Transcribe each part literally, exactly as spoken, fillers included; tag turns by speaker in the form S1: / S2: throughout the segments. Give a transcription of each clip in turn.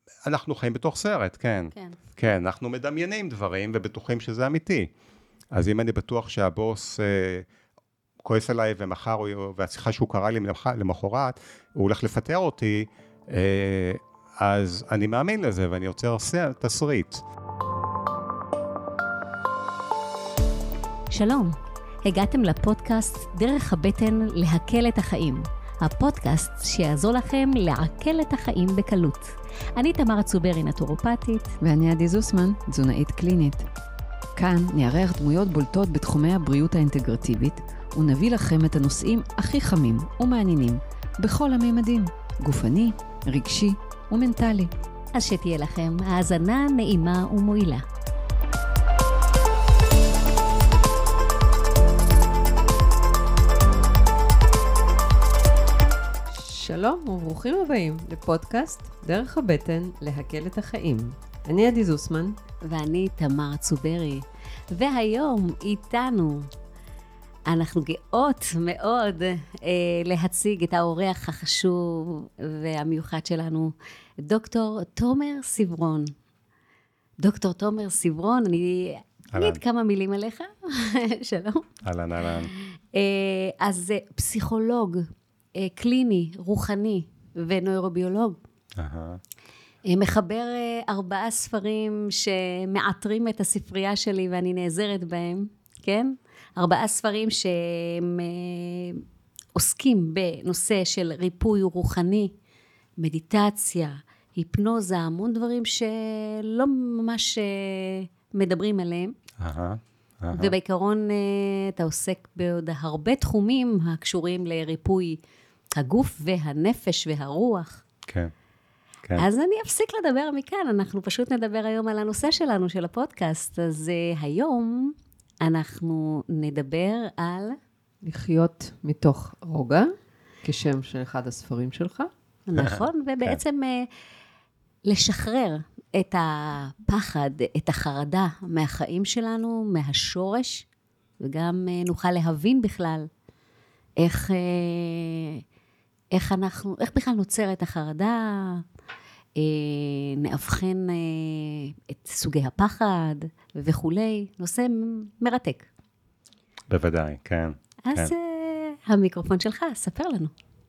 S1: אנחנו חיים בתוך סרט, כן.
S2: כן.
S1: כן, אנחנו מדמיינים דברים ובטוחים שזה אמיתי. אז אם אני בטוח שהבוס אה, כועס עליי ומחר, הוא, והשיחה שהוא קרא לי למחרת, הוא הולך לפטר אותי, אה, אז אני מאמין לזה ואני יוצר תסריט.
S2: שלום, הגעתם לפודקאסט דרך הבטן להקל את החיים. הפודקאסט שיעזור לכם לעכל את החיים בקלות. אני תמר צוברי, נטורופטית.
S3: ואני עדי זוסמן, תזונאית קלינית. כאן נארח דמויות בולטות בתחומי הבריאות האינטגרטיבית, ונביא לכם את הנושאים הכי חמים ומעניינים, בכל הממדים, גופני, רגשי ומנטלי.
S2: אז שתהיה לכם האזנה נעימה ומועילה.
S3: שלום וברוכים הבאים לפודקאסט דרך הבטן להקל את החיים. אני עדי זוסמן.
S2: ואני תמר צוברי. והיום איתנו אנחנו גאות מאוד אה, להציג את האורח החשוב והמיוחד שלנו, דוקטור תומר סברון. דוקטור תומר סברון, אני אגיד כמה מילים עליך. שלום.
S1: אהלן, אהלן.
S2: אה, אז פסיכולוג, קליני, רוחני ונוירוביולוג.
S1: אהה.
S2: מחבר ארבעה ספרים שמעטרים את הספרייה שלי ואני נעזרת בהם, כן? ארבעה ספרים שהם עוסקים בנושא של ריפוי רוחני, מדיטציה, היפנוזה, המון דברים שלא ממש מדברים עליהם.
S1: אהה. אהה.
S2: ובעיקרון אתה עוסק בעוד הרבה תחומים הקשורים לריפוי הגוף והנפש והרוח.
S1: כן, כן.
S2: אז אני אפסיק לדבר מכאן, אנחנו פשוט נדבר היום על הנושא שלנו, של הפודקאסט. אז uh, היום אנחנו נדבר על...
S3: לחיות מתוך רוגע, כשם של אחד הספרים שלך.
S2: נכון, ובעצם uh, לשחרר את הפחד, את החרדה מהחיים שלנו, מהשורש, וגם uh, נוכל להבין בכלל איך... Uh, איך אנחנו, איך בכלל נוצרת החרדה, אה, נאבחן אה, את סוגי הפחד וכולי, נושא מרתק.
S1: בוודאי, כן.
S2: אז
S1: כן.
S2: אה, המיקרופון שלך, ספר לנו.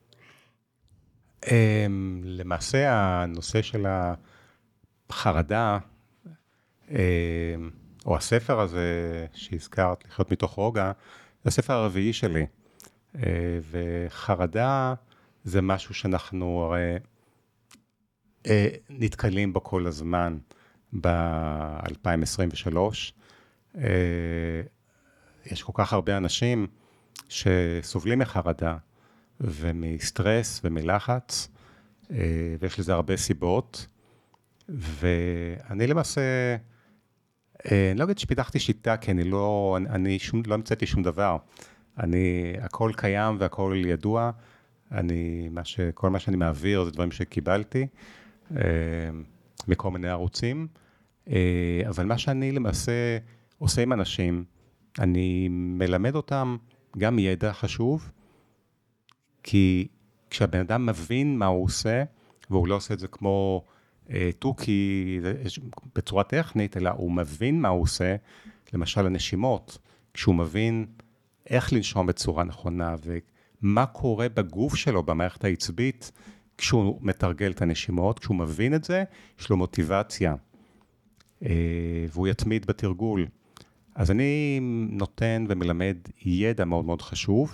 S1: אה, למעשה הנושא של החרדה, אה, או הספר הזה שהזכרת, לחיות מתוך רוגע, זה הספר הרביעי שלי. אה, וחרדה, זה משהו שאנחנו הרי אה, נתקלים בו כל הזמן ב-אלפיים עשרים ושלוש. אה, יש כל כך הרבה אנשים שסובלים מחרדה ומסטרס ומלחץ, אה, ויש לזה הרבה סיבות. ואני למעשה, אה, אני לא אגיד שפיתחתי שיטה, כי אני לא, אני, אני שום, לא המצאתי שום דבר. אני, הכל קיים והכל ידוע. אני, מה ש, כל מה שאני מעביר זה דברים שקיבלתי, אה, מכל מיני ערוצים, אה, אבל מה שאני למעשה עושה עם אנשים, אני מלמד אותם גם ידע חשוב, כי כשהבן אדם מבין מה הוא עושה, והוא לא עושה את זה כמו אה, טוקי בצורה טכנית, אלא הוא מבין מה הוא עושה, למשל הנשימות, כשהוא מבין איך לנשום בצורה נכונה, ו... מה קורה בגוף שלו, במערכת העצבית, כשהוא מתרגל את הנשימות, כשהוא מבין את זה, יש לו מוטיבציה, והוא יתמיד בתרגול. אז אני נותן ומלמד ידע מאוד מאוד חשוב,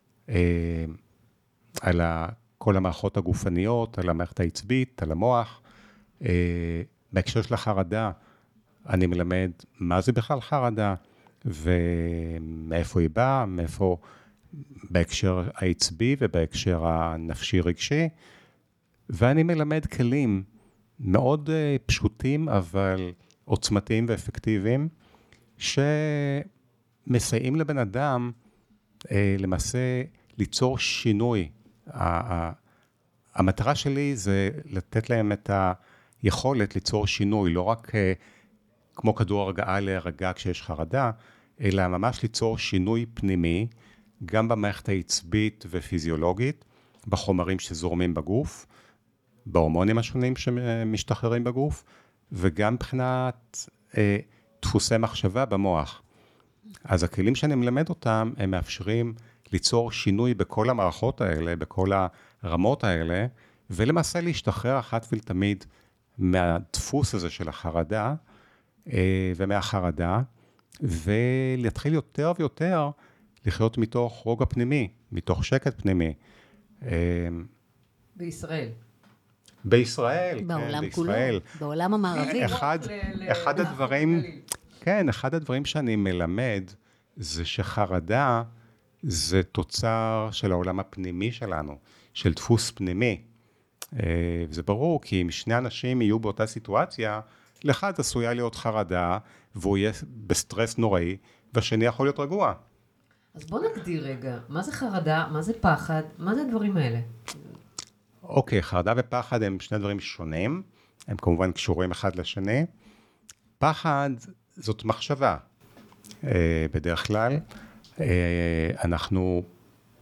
S1: על כל המערכות הגופניות, על המערכת העצבית, על המוח. בהקשר של החרדה, אני מלמד מה זה בכלל חרדה, ומאיפה היא באה, מאיפה... בהקשר העצבי ובהקשר הנפשי רגשי, ואני מלמד כלים מאוד פשוטים, אבל עוצמתיים ואפקטיביים, שמסייעים לבן אדם למעשה ליצור שינוי. המטרה שלי זה לתת להם את היכולת ליצור שינוי, לא רק כמו כדור הרגעה להרגע כשיש חרדה, אלא ממש ליצור שינוי פנימי, גם במערכת העצבית ופיזיולוגית, בחומרים שזורמים בגוף, בהורמונים השונים שמשתחררים בגוף, וגם מבחינת אה, דפוסי מחשבה במוח. אז הכלים שאני מלמד אותם, הם מאפשרים ליצור שינוי בכל המערכות האלה, בכל הרמות האלה, ולמעשה להשתחרר אחת ולתמיד מהדפוס הזה של החרדה, אה, ומהחרדה, ולהתחיל יותר ויותר לחיות מתוך רוגע פנימי, מתוך שקט פנימי.
S3: בישראל.
S1: בישראל,
S2: בעולם
S1: כן,
S2: כולו,
S1: בישראל.
S2: בעולם המערבי.
S1: אחד, אחד הדברים, כן, אחד הדברים שאני מלמד, זה שחרדה זה תוצר של העולם הפנימי שלנו, של דפוס פנימי. זה ברור, כי אם שני אנשים יהיו באותה סיטואציה, לאחד עשויה להיות חרדה, והוא יהיה בסטרס נוראי, והשני יכול להיות רגוע.
S3: אז בוא נגדיר רגע, מה זה חרדה, מה זה פחד, מה זה הדברים האלה?
S1: אוקיי, חרדה ופחד הם שני דברים שונים, הם כמובן קשורים אחד לשני. פחד זאת מחשבה. בדרך כלל, אנחנו,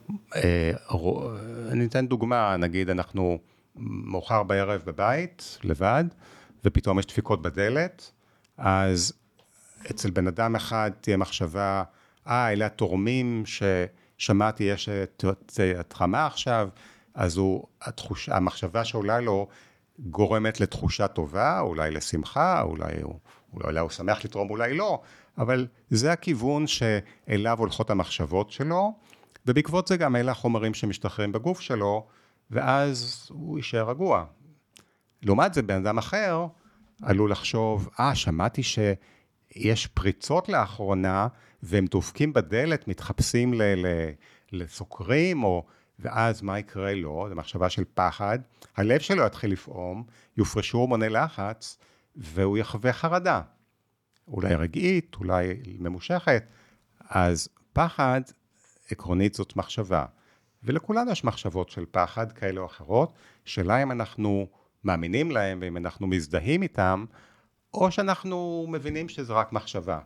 S1: אני אתן דוגמה, נגיד אנחנו מאוחר בערב בבית, לבד, ופתאום יש דפיקות בדלת, אז אצל בן אדם אחד תהיה מחשבה, אה, אלה התורמים ששמעתי, יש התרמה עכשיו, אז הוא, התחוש, המחשבה שעולה לו גורמת לתחושה טובה, אולי לשמחה, אולי הוא, אולי הוא שמח לתרום, אולי לא, אבל זה הכיוון שאליו הולכות המחשבות שלו, ובעקבות זה גם אלה החומרים שמשתחררים בגוף שלו, ואז הוא יישאר רגוע. לעומת זה, בן אדם אחר עלול לחשוב, אה, שמעתי שיש פריצות לאחרונה, והם דופקים בדלת, מתחפשים ל- ל- לסוקרים, או, ואז מה יקרה לו? זו מחשבה של פחד, הלב שלו יתחיל לפעום, יופרשו הורמוני לחץ, והוא יחווה חרדה. אולי רגעית, אולי ממושכת. אז פחד, עקרונית זאת מחשבה. ולכולנו יש מחשבות של פחד כאלה או אחרות, שאלה אם אנחנו מאמינים להם, ואם אנחנו מזדהים איתם, או שאנחנו מבינים שזה רק מחשבה.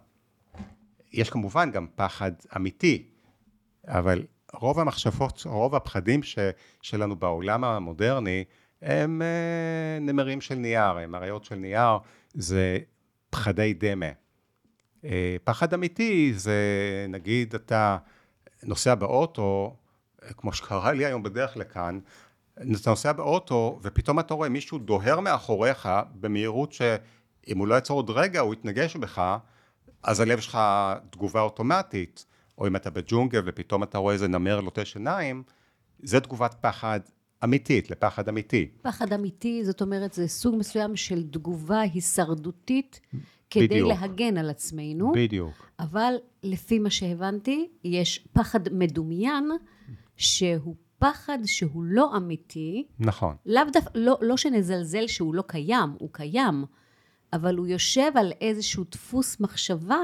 S1: יש כמובן גם פחד אמיתי, אבל רוב המחשבות, רוב הפחדים ש, שלנו בעולם המודרני, הם אה, נמרים של נייר, הם אריות של נייר, זה פחדי דמה. אה, פחד אמיתי זה, נגיד, אתה נוסע באוטו, כמו שקרה לי היום בדרך לכאן, אתה נוסע באוטו, ופתאום אתה רואה מישהו דוהר מאחוריך, במהירות שאם הוא לא יצור עוד רגע, הוא יתנגש בך, אז הלב שלך תגובה אוטומטית, או אם אתה בג'ונגל ופתאום אתה רואה איזה נמר לוטש עיניים, זה תגובת פחד אמיתית, לפחד אמיתי.
S2: פחד אמיתי, זאת אומרת, זה סוג מסוים של תגובה הישרדותית, כדי
S1: בדיוק.
S2: להגן על עצמנו.
S1: בדיוק.
S2: אבל לפי מה שהבנתי, יש פחד מדומיין, שהוא פחד שהוא לא אמיתי.
S1: נכון.
S2: לאו דווקא, לא, לא שנזלזל שהוא לא קיים, הוא קיים, אבל הוא יושב על איזשהו דפוס מחשבה,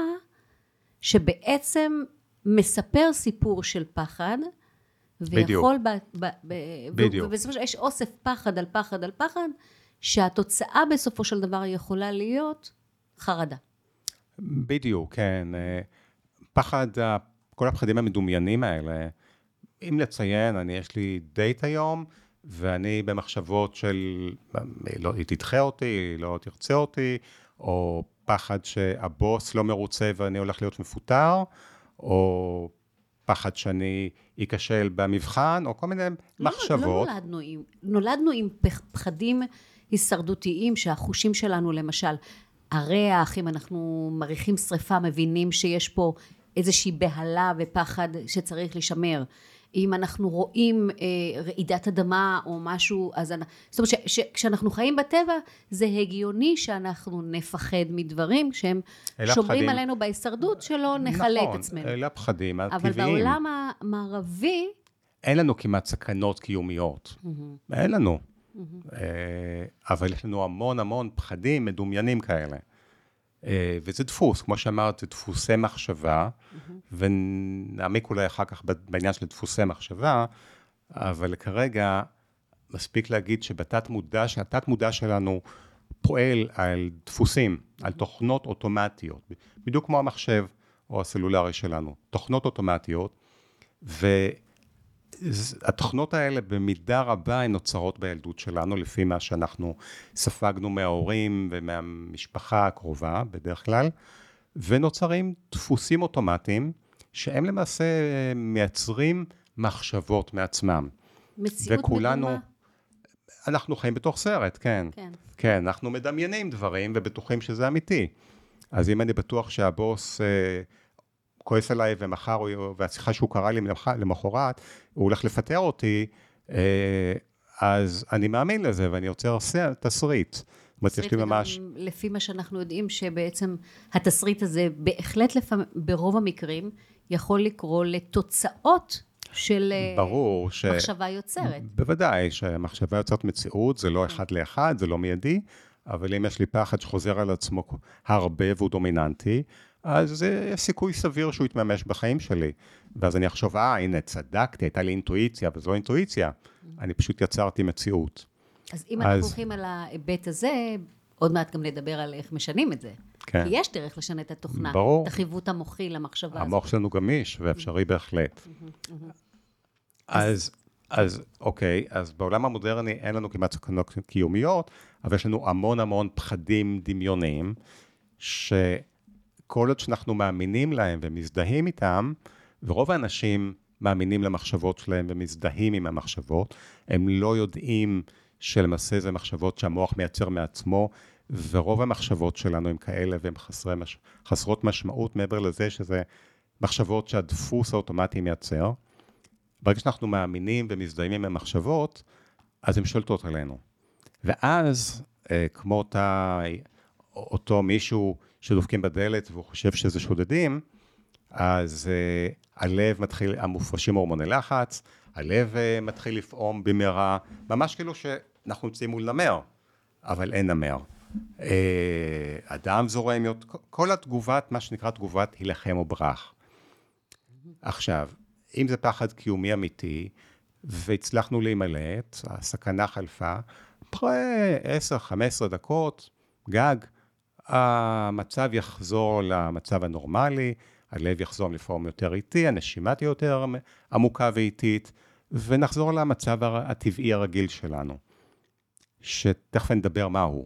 S2: שבעצם מספר סיפור של פחד, ויכול ב, ב, ב,
S1: בדיוק.
S2: ובסופו של דבר יש אוסף פחד על פחד על פחד, שהתוצאה בסופו של דבר יכולה להיות חרדה.
S1: בדיוק, כן. פחד, כל הפחדים המדומיינים האלה, אם לציין, אני יש לי דייט היום, ואני במחשבות של, לא, היא תדחה אותי, לא תרצה אותי, או פחד שהבוס לא מרוצה ואני הולך להיות מפוטר, או פחד שאני אכשל במבחן, או כל מיני
S2: לא,
S1: מחשבות.
S2: לא נולדנו עם, נולדנו עם פחדים הישרדותיים, שהחושים שלנו, למשל, הריח, אם אנחנו מריחים שריפה, מבינים שיש פה איזושהי בהלה ופחד שצריך לשמר. אם אנחנו רואים אה, רעידת אדמה או משהו, אז אני, זאת אומרת שכשאנחנו חיים בטבע, זה הגיוני שאנחנו נפחד מדברים שהם שומרים
S1: פחדים. עלינו
S2: בהישרדות שלא נחלה
S1: נכון,
S2: את עצמנו.
S1: נכון, אלה הפחדים הטבעיים.
S2: אבל בעולם המערבי,
S1: אין לנו כמעט סכנות קיומיות. Mm-hmm. אין לנו. Mm-hmm. אבל יש לנו המון המון פחדים מדומיינים כאלה. וזה דפוס, כמו שאמרת, זה דפוסי מחשבה, mm-hmm. ונעמיק אולי אחר כך בעניין של דפוסי מחשבה, אבל כרגע מספיק להגיד שבתת מודע, שהתת מודע שלנו פועל על דפוסים, mm-hmm. על תוכנות אוטומטיות, בדיוק כמו המחשב או הסלולרי שלנו, תוכנות אוטומטיות, וזה התוכנות האלה במידה רבה הן נוצרות בילדות שלנו, לפי מה שאנחנו ספגנו מההורים ומהמשפחה הקרובה בדרך כלל, ונוצרים דפוסים אוטומטיים, שהם למעשה מייצרים מחשבות מעצמם.
S2: מציאות
S1: וכולנו,
S2: מדומה.
S1: אנחנו חיים בתוך סרט, כן.
S2: כן.
S1: כן, אנחנו מדמיינים דברים ובטוחים שזה אמיתי. אז אם אני בטוח שהבוס... כועס עליי ומחר, והשיחה שהוא קרא לי למחרת, הוא הולך לפטר אותי, אז אני מאמין לזה, ואני יוצר תסריט.
S2: תסריט וגם ממש... לפי מה שאנחנו יודעים, שבעצם התסריט הזה, בהחלט לפעמים, ברוב המקרים, יכול לקרוא לתוצאות של
S1: ברור ש...
S2: מחשבה יוצרת.
S1: בוודאי, שמחשבה יוצרת מציאות, זה לא אחד לאחד, זה לא מיידי, אבל אם יש לי פחד שחוזר על עצמו הרבה והוא דומיננטי, אז יש סיכוי סביר שהוא יתממש בחיים שלי. ואז אני אחשוב, אה, הנה, צדקתי, הייתה לי אינטואיציה, וזו אינטואיציה. אני פשוט יצרתי מציאות.
S2: אז אם אנחנו הולכים על ההיבט הזה, עוד מעט גם נדבר על איך משנים את זה.
S1: כן.
S2: כי יש דרך לשנות את התוכנה.
S1: ברור.
S2: את החיווט המוחי למחשבה הזאת.
S1: המוח שלנו גמיש, ואפשרי בהחלט. אז, אז, אוקיי, אז בעולם המודרני אין לנו כמעט סכנות קיומיות, אבל יש לנו המון המון פחדים דמיוניים, ש... כל עוד שאנחנו מאמינים להם ומזדהים איתם, ורוב האנשים מאמינים למחשבות שלהם ומזדהים עם המחשבות, הם לא יודעים שלמעשה זה מחשבות שהמוח מייצר מעצמו, ורוב המחשבות שלנו הם כאלה והן חסרי, חסרות משמעות מעבר לזה שזה מחשבות שהדפוס האוטומטי מייצר. ברגע שאנחנו מאמינים ומזדהים עם המחשבות, אז הן שולטות עלינו. ואז, כמו אותה, אותו מישהו שדופקים בדלת והוא חושב שזה שודדים, אז uh, הלב מתחיל, המופרשים הורמוני לחץ, הלב uh, מתחיל לפעום במהרה, ממש כאילו שאנחנו נמצאים מול נמר, אבל אין נמר. Uh, אדם זורם, כל התגובת, מה שנקרא תגובת הילחם או ברח. עכשיו, אם זה פחד קיומי אמיתי, והצלחנו להימלט, הסכנה חלפה, אחרי עשר חמש עשרה דקות, גג, המצב יחזור למצב הנורמלי, הלב יחזור לפעמים יותר איטי, הנשימה תהיה יותר עמוקה ואיטית, ונחזור למצב הטבעי הרגיל שלנו, שתכף נדבר מהו.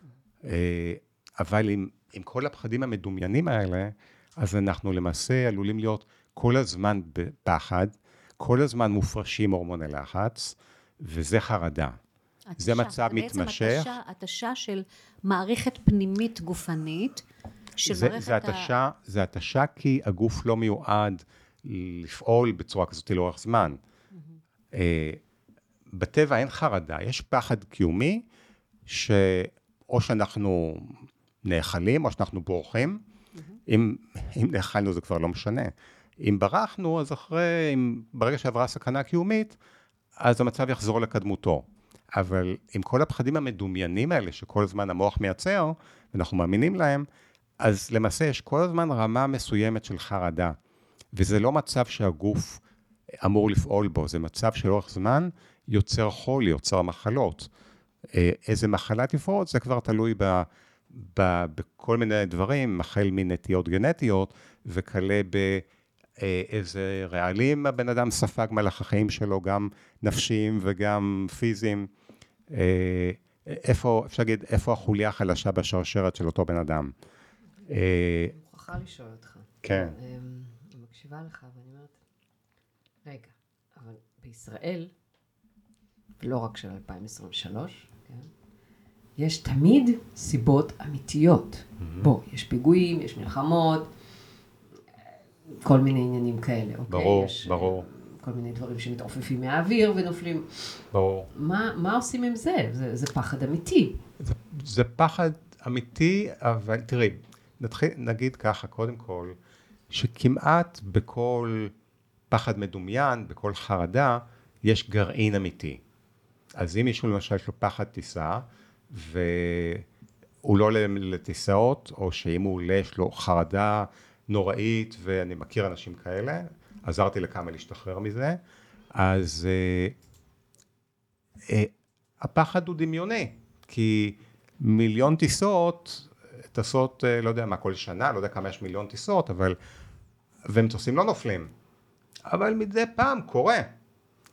S1: אבל עם, עם כל הפחדים המדומיינים האלה, אז אנחנו למעשה עלולים להיות כל הזמן בפחד, כל הזמן מופרשים הורמוני לחץ, וזה חרדה. התשה, זה מצב זה מתמשך.
S2: בעצם התשה של מערכת פנימית גופנית, של
S1: זה,
S2: מערכת
S1: זה התשה, ה... זה התשה כי הגוף לא מיועד לפעול בצורה כזאת לאורך זמן. Mm-hmm. בטבע אין חרדה, יש פחד קיומי, שאו שאנחנו נאכלים, או שאנחנו בורחים. Mm-hmm. אם, אם נאכלנו זה כבר לא משנה. אם ברחנו, אז אחרי, אם, ברגע שעברה סכנה קיומית, אז המצב יחזור לקדמותו. אבל עם כל הפחדים המדומיינים האלה, שכל הזמן המוח מייצר, ואנחנו מאמינים להם, אז למעשה יש כל הזמן רמה מסוימת של חרדה. וזה לא מצב שהגוף אמור לפעול בו, זה מצב שלאורך זמן יוצר חולי, יוצר מחלות. איזה מחלה תפרוץ, זה כבר תלוי ב, ב, בכל מיני דברים, החל מנטיות גנטיות, וכלה באיזה רעלים הבן אדם ספג מלאך החיים שלו, גם נפשיים וגם פיזיים. איפה, אפשר להגיד, איפה החוליה החלשה בשרשרת של אותו בן אדם?
S4: אני מוכרחה לשאול אותך.
S1: כן.
S4: אני מקשיבה לך ואני אומרת, רגע, אבל בישראל, ולא רק של אלפיים עשרים ושלוש, כן? יש תמיד סיבות אמיתיות. בוא, יש פיגועים, יש מלחמות, כל מיני עניינים כאלה, אוקיי?
S1: ברור,
S4: יש,
S1: ברור.
S4: כל מיני דברים שמתעופפים מהאוויר ונופלים.
S1: ברור.
S4: מה, מה עושים עם זה? זה, זה פחד אמיתי.
S1: זה, זה פחד אמיתי, אבל תראי, נתחיל, נגיד ככה, קודם כל, שכמעט בכל פחד מדומיין, בכל חרדה, יש גרעין אמיתי. אז אם מישהו למשל יש לו פחד טיסה, והוא לא לטיסאות, או שאם הוא עולה, יש לו חרדה נוראית, ואני מכיר אנשים כאלה, עזרתי לכמה להשתחרר מזה, אז אה, אה, הפחד הוא דמיוני, כי מיליון טיסות, טסות, אה, לא יודע מה, כל שנה, לא יודע כמה יש מיליון טיסות, אבל, ומטוסים לא נופלים, אבל מדי פעם קורה,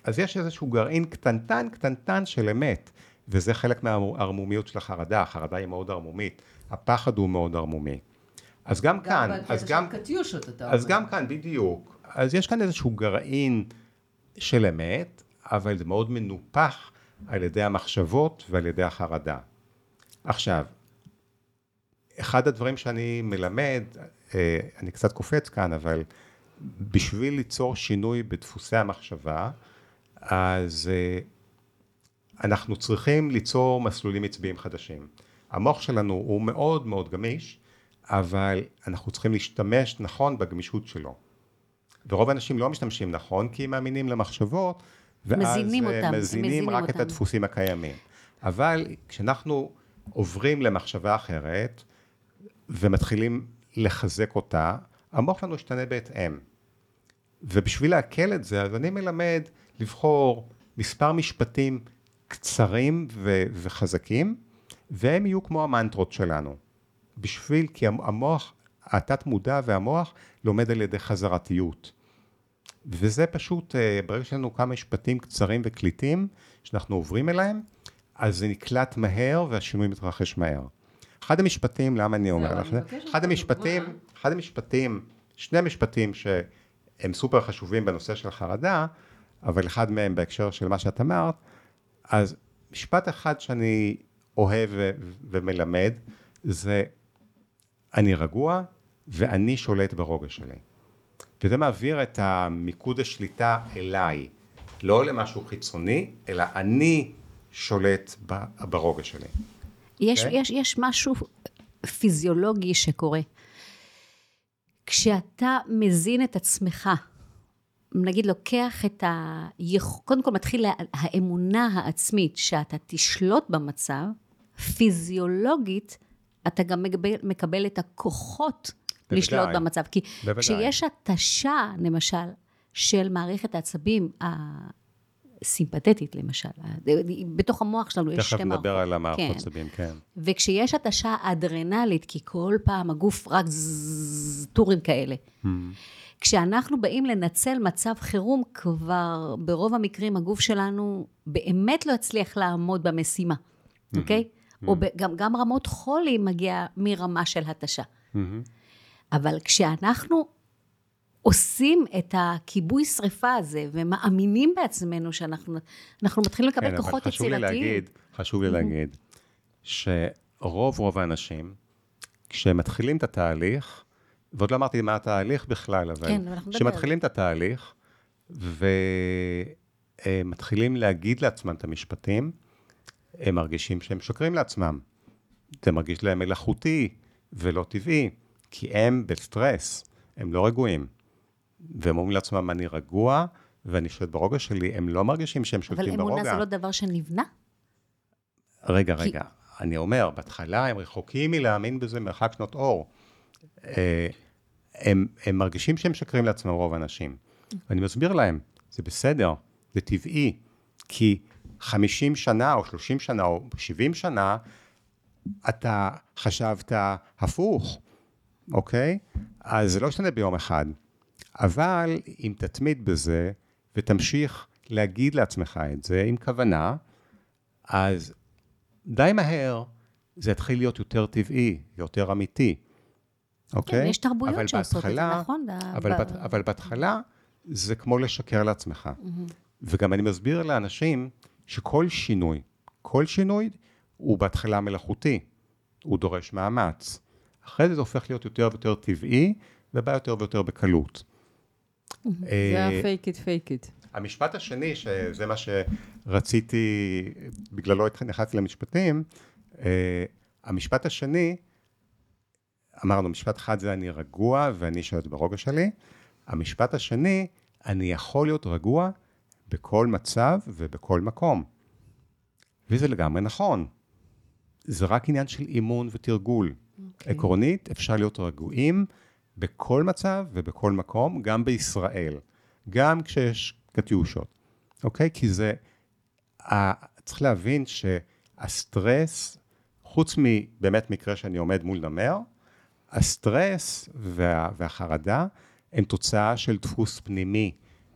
S1: אז יש איזשהו גרעין קטנטן, קטנטן של אמת, וזה חלק מהערמומיות של החרדה, החרדה היא מאוד ערמומית, הפחד הוא מאוד ערמומי. אז גם כאן, אז גם,
S4: קטיושות, אתה
S1: אז גם כאן בדיוק, אז יש כאן איזשהו גרעין של אמת, אבל זה מאוד מנופח על ידי המחשבות ועל ידי החרדה. עכשיו, אחד הדברים שאני מלמד, אני קצת קופץ כאן, אבל בשביל ליצור שינוי בדפוסי המחשבה, אז אנחנו צריכים ליצור מסלולים עצביים חדשים. המוח שלנו הוא מאוד מאוד גמיש, אבל אנחנו צריכים להשתמש נכון בגמישות שלו. ורוב האנשים לא משתמשים נכון, כי הם מאמינים למחשבות, ואז
S2: מזינים אותם,
S1: מזינים רק
S2: אותם.
S1: את הדפוסים הקיימים. אבל כשאנחנו עוברים למחשבה אחרת, ומתחילים לחזק אותה, המוח שלנו ישתנה בהתאם. ובשביל להקל את זה, אז אני מלמד לבחור מספר משפטים קצרים ו- וחזקים, והם יהיו כמו המנטרות שלנו. בשביל, כי המוח, התת מודע והמוח לומד על ידי חזרתיות. וזה פשוט, ברגע שלנו כמה משפטים קצרים וקליטים, שאנחנו עוברים אליהם, אז זה נקלט מהר והשינוי מתרחש מהר. אחד המשפטים, למה אני אומר לך? אחד המשפטים, אחד המשפטים, שני משפטים שהם סופר חשובים בנושא של חרדה, אבל אחד מהם בהקשר של מה שאת אמרת, אז משפט אחד שאני אוהב ו- ומלמד, זה אני רגוע ואני שולט ברוגע שלי. וזה מעביר את המיקוד השליטה אליי, לא למשהו חיצוני, אלא אני שולט ברוגע שלי.
S2: יש,
S1: okay?
S2: יש, יש משהו פיזיולוגי שקורה. כשאתה מזין את עצמך, נגיד לוקח את ה... קודם כל מתחיל האמונה העצמית שאתה תשלוט במצב, פיזיולוגית אתה גם מקבל, מקבל את הכוחות בוודאי. לשלוט במצב. כי בוודאי. כשיש התשה, למשל, של מערכת העצבים הסימפתטית, למשל, בתוך המוח שלנו יש שתי מערכות.
S1: תכף נדבר על המערכות כן. עצבים, כן.
S2: וכשיש התשה אדרנלית, כי כל פעם הגוף רק טורים כאלה, hmm. כשאנחנו באים לנצל מצב חירום, כבר ברוב המקרים הגוף שלנו באמת לא הצליח לעמוד במשימה, אוקיי? Hmm. Okay? Mm-hmm. או גם, גם רמות חולי מגיע מרמה של התשה. Mm-hmm. אבל כשאנחנו עושים את הכיבוי שריפה הזה, ומאמינים בעצמנו שאנחנו אנחנו מתחילים לקבל כן, כוחות
S1: חשוב
S2: יצירתיים.
S1: לי להגיד, חשוב לי mm-hmm. להגיד, שרוב רוב האנשים, כשהם מתחילים את התהליך, ועוד לא אמרתי מה התהליך בכלל, אבל כן, כשמתחילים את התהליך, ומתחילים להגיד לעצמם את המשפטים, הם מרגישים שהם שוקרים לעצמם. זה מרגיש להם מלאכותי ולא טבעי, כי הם בסטרס, הם לא רגועים. והם אומרים לעצמם, אני רגוע, ואני שולט ברוגע שלי, הם לא מרגישים שהם שולטים ברוגע.
S2: אבל אמונה זה לא דבר שנבנה?
S1: רגע, רגע. אני אומר, בהתחלה הם רחוקים מלהאמין בזה מרחק שנות אור. הם, הם מרגישים שהם שקרים לעצמם רוב האנשים. ואני מסביר להם, זה בסדר, זה טבעי, כי חמישים שנה או שלושים שנה או שבעים שנה, אתה חשבת הפוך, אוקיי? אז זה לא ישתנה ביום אחד. אבל אם תתמיד בזה ותמשיך להגיד לעצמך את זה עם כוונה, אז די מהר זה יתחיל להיות יותר טבעי, יותר אמיתי. אוקיי?
S2: כן, יש תרבויות שעושות את זה, נכון?
S1: אבל, בת, אבל בהתחלה זה כמו לשקר לעצמך. וגם אני מסביר לאנשים שכל שינוי, כל שינוי הוא בהתחלה מלאכותי, הוא דורש מאמץ. אחרי זה זה הופך להיות יותר ויותר טבעי, ובא יותר ויותר בקלות.
S4: זה ה-fake it, fake it.
S1: המשפט השני, שזה מה שרציתי, בגללו נכנסתי למשפטים, המשפט השני, אמרנו, משפט אחד זה אני רגוע ואני שולט ברוגע שלי. המשפט השני, אני יכול להיות רגוע בכל מצב ובכל מקום. וזה לגמרי נכון. זה רק עניין של אימון ותרגול. Okay. עקרונית, אפשר להיות רגועים בכל מצב ובכל מקום, גם בישראל. גם כשיש קטיושות. אוקיי? כי זה, צריך להבין שהסטרס, חוץ מבאמת מקרה שאני עומד מול נמר, הסטרס וה, והחרדה הם תוצאה של דפוס פנימי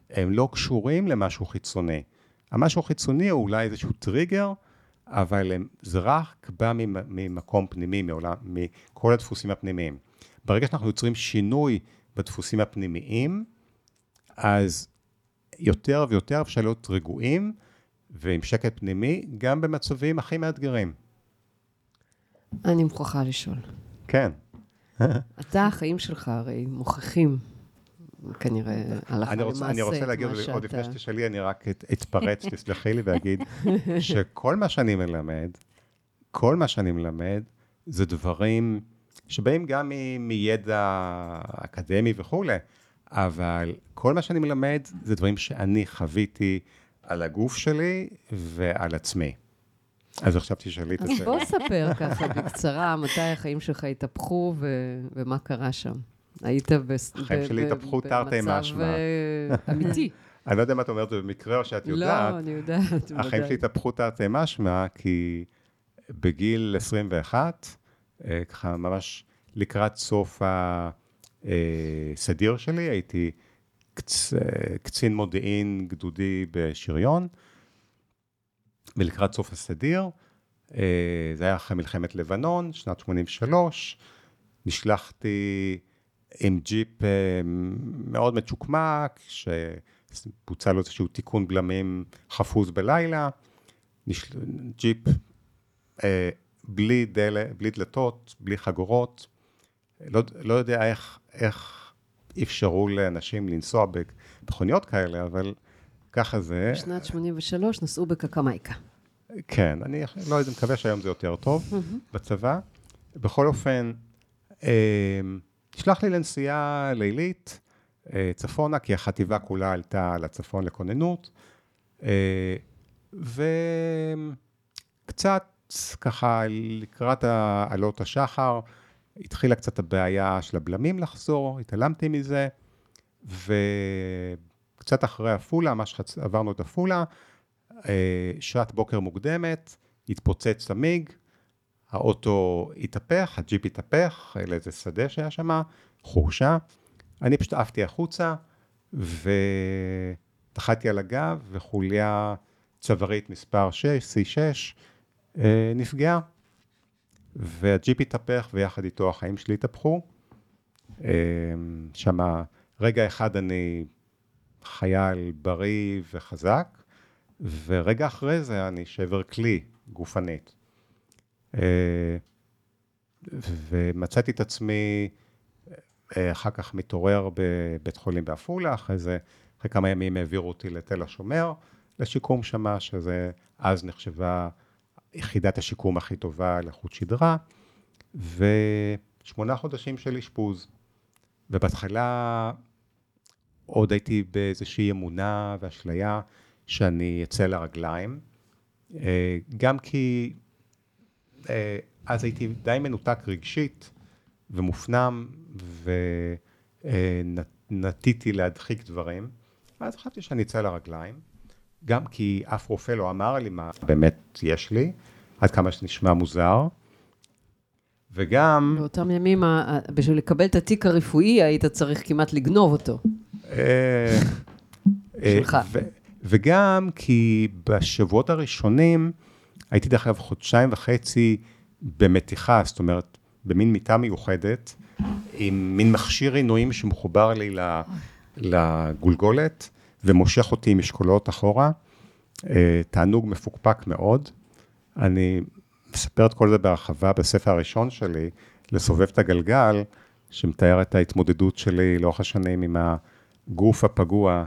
S1: הם לא קשורים למשהו חיצוני. המשהו חיצוני הוא אולי איזשהו טריגר, אבל הם, זה רק בא ממקום פנימי, מעולם, מכל הדפוסים הפנימיים. ברגע שאנחנו יוצרים שינוי בדפוסים הפנימיים, אז יותר ויותר אפשר להיות רגועים, ועם שקט פנימי, גם במצבים הכי מאתגרים.
S4: אני מוכרחה לשאול.
S1: כן.
S4: אתה, החיים שלך הרי מוכיחים, כנראה, הלכה
S1: אני רוצה,
S4: למעשה,
S1: אני רוצה להגיד, עוד לפני שתשאלי, אני רק אתפרץ, תסלחי לי ואגיד, שכל מה שאני מלמד, כל מה שאני מלמד, זה דברים שבאים גם מ- מידע אקדמי וכו', אבל כל מה שאני מלמד, זה דברים שאני חוויתי על הגוף שלי ועל עצמי. אז עכשיו תשאלי את
S4: אז
S1: השאלה.
S4: בוא ספר ככה בקצרה, מתי החיים שלך התהפכו ו- ומה קרה שם. היית בס-
S1: החיים
S4: ב-
S1: שלי
S4: ב-
S1: התהפכו תרתי
S4: במצב
S1: משמע.
S4: אה, אמיתי.
S1: אני לא יודע מה את אומרת במקרה או שאת יודעת.
S4: לא, אני יודעת.
S1: החיים שלי התהפכו תרתי משמע, כי בגיל עשרים ואחת, אה, ככה ממש לקראת סוף הסדיר שלי, הייתי קצ... קצין מודיעין גדודי בשריון, ולקראת סוף הסדיר, אה, זה היה אחרי מלחמת לבנון, שנת שמונים ושלוש, נשלחתי עם ג'יפ אה, מאוד מצ'וקמק, שבוצע לו איזשהו תיקון בלמים חפוז בלילה, נשל... ג'יפ אה, בלי, דל... בלי דלתות, בלי חגורות, לא, לא יודע איך, איך אפשרו לאנשים לנסוע במכוניות כאלה, אבל ככה זה.
S4: בשנת שמונים ושלוש נסעו בקקמייקה.
S1: כן, אני לא יודע, מקווה שהיום זה יותר טוב בצבא. בכל אופן, אה, נשלח לי לנסיעה לילית, אה, צפונה, כי החטיבה כולה עלתה לצפון לכוננות, אה, וקצת ככה לקראת עלות השחר, התחילה קצת הבעיה של הבלמים לחזור, התעלמתי מזה, וקצת אחרי אפולה, מה שעברנו את אפולה, שעת בוקר מוקדמת, התפוצץ צמיג, האוטו התהפך, הג'יפ התהפך, לאיזה שדה שהיה שם, חורשה, אני פשוט עפתי החוצה, ותחתי על הגב, וחוליה צווארית מספר שש, סי שש, נפגעה. והג'יפ התהפך, ויחד איתו החיים שלי התהפכו. שמה, רגע אחד אני חייל בריא וחזק, ורגע אחרי זה אני שבר כלי גופנית. ומצאתי את עצמי אחר כך מתעורר בבית חולים באפולה, אחרי זה, אחרי כמה ימים העבירו אותי לתל השומר, לשיקום שמה, שזה אז נחשבה יחידת השיקום הכי טובה לחוט שדרה, ושמונה חודשים של אשפוז. ובהתחלה עוד הייתי באיזושהי אמונה ואשליה שאני אצא לרגליים, גם כי אז הייתי די מנותק רגשית ומופנם, ונטיתי להדחיק דברים, ואז חשבתי שאני אצא לרגליים, גם כי אף רופא לא אמר לי מה באמת יש לי, עד כמה שנשמע מוזר, וגם...
S4: באותם ימים, בשביל לקבל את התיק הרפואי, היית צריך כמעט לגנוב אותו. שלך.
S1: וגם כי בשבועות הראשונים, הייתי דרך אגב חודשיים וחצי במתיחה, זאת אומרת, במין מיטה מיוחדת, עם מין מכשיר עינויים שמחובר לי לגולגולת, ומושך אותי עם משקולות אחורה, תענוג מפוקפק מאוד. אני מספר את כל זה בהרחבה בספר הראשון שלי, לסובב את הגלגל, שמתאר את ההתמודדות שלי לאורך השנים עם הגוף הפגוע.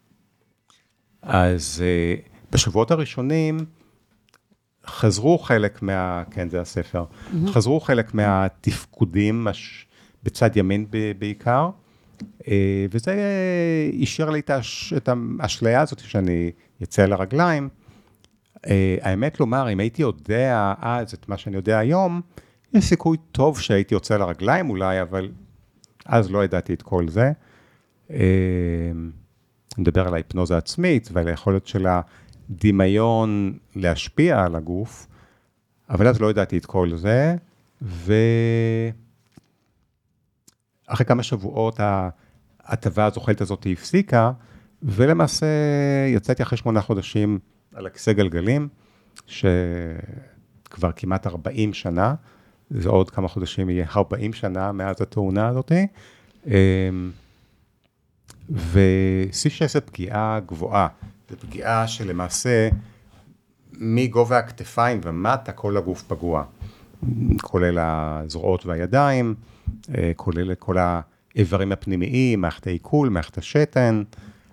S1: אז בשבועות הראשונים, חזרו חלק מה, כן זה הספר, mm-hmm. חזרו חלק מהתפקודים מש, בצד ימין בעיקר, וזה אישר לי את האשליה הזאת שאני יצא לרגליים. האמת לומר, אם הייתי יודע אז את מה שאני יודע היום, יש סיכוי טוב שהייתי יוצא לרגליים אולי, אבל אז לא ידעתי את כל זה. אני מדבר על ההיפנוזה עצמית ועל היכולת של הדמיון להשפיע על הגוף, אבל אז לא ידעתי את כל זה, ואחרי כמה שבועות ההטבה הזוחלת הזאת הפסיקה, ולמעשה יצאתי אחרי שמונה חודשים על הכיסא גלגלים, שכבר כמעט ארבעים שנה, זה עוד כמה חודשים יהיה ארבעים שנה מאז התאונה הזאת, ו-סי שש זה פגיעה גבוהה, זה פגיעה שלמעשה מגובה הכתפיים ומטה כל הגוף פגוע, כולל הזרועות והידיים, כולל כל האיברים הפנימיים, מערכת העיכול, מערכת השתן,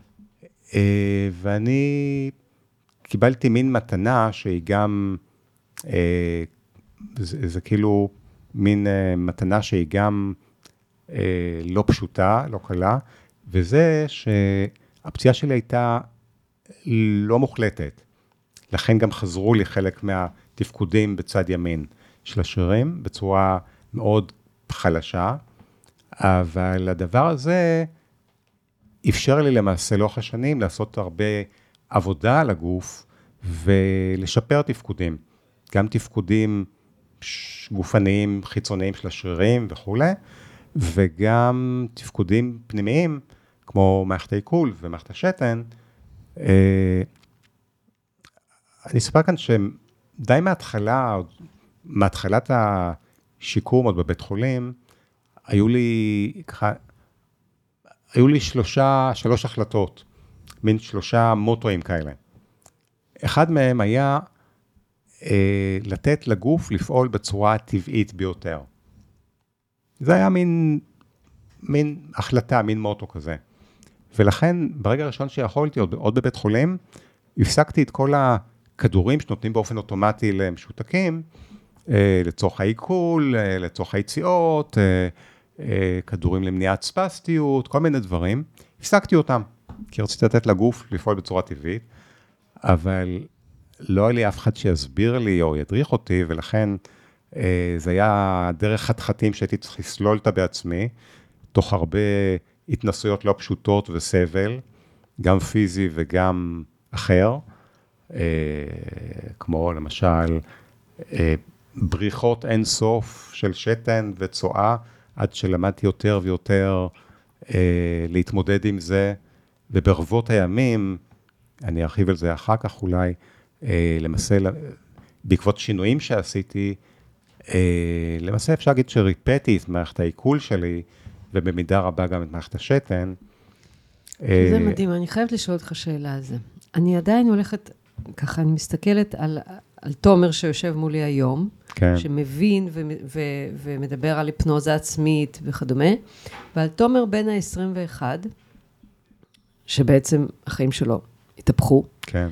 S1: ואני קיבלתי מין מתנה שהיא גם, זה, זה כאילו מין מתנה שהיא גם לא פשוטה, לא קלה, וזה שהפציעה שלי הייתה לא מוחלטת. לכן גם חזרו לי חלק מהתפקודים בצד ימין של השרירים, בצורה מאוד חלשה, אבל הדבר הזה אפשר לי למעשה לאורך השנים לעשות הרבה עבודה על הגוף, ולשפר תפקודים, גם תפקודים גופניים חיצוניים של השרירים וכו', וגם תפקודים פנימיים, כמו מערכת העיכול ומערכת השתן. אני אספר כאן שדי מההתחלה, מהתחלת השיקום עוד בבית חולים, היו לי ככה, היו לי שלושה, שלוש החלטות, מין שלושה מוטואים כאלה. אחד מהם היה אה, לתת לגוף לפעול בצורה הטבעית ביותר. זה היה מין, מין החלטה, מין מוטו כזה. ולכן, ברגע הראשון שיכולתי, עוד, עוד בבית חולים, הפסקתי את כל הכדורים שנותנים באופן אוטומטי למשותקים, אה, לצורך העיכול, אה, לצורך היציאות, אה, אה, כדורים למניעת ספסטיות, כל מיני דברים. הפסקתי אותם, כי רציתי לתת לגוף לפעול בצורה טבעית, אבל לא היה לי אף אחד שיסביר לי או ידריך אותי, ולכן אה, זה היה דרך חתחתים שהייתי צריך לסלול אותה בעצמי, תוך הרבה התנסויות לא פשוטות וסבל, גם פיזי וגם אחר, אה, כמו למשל אה, בריחות אין סוף של שתן וצואה, עד שלמדתי יותר ויותר אה, להתמודד עם זה, וברבות הימים, אני ארחיב על זה אחר כך אולי, אה, למעשה, בעקבות שינויים שעשיתי, אה, למעשה אפשר להגיד שריפאתי את מערכת העיכול שלי, ובמידה רבה גם את מערכת השתן.
S4: זה אה, מדהים, אני חייבת לשאול אותך שאלה על זה. אני עדיין הולכת, ככה אני מסתכלת על, על תומר שיושב מולי היום, כן. שמבין ו, ו, ומדבר על היפנוזה עצמית וכדומה, ועל תומר בן ה-עשרים ואחת, שבעצם החיים שלו התהפכו.
S1: כן.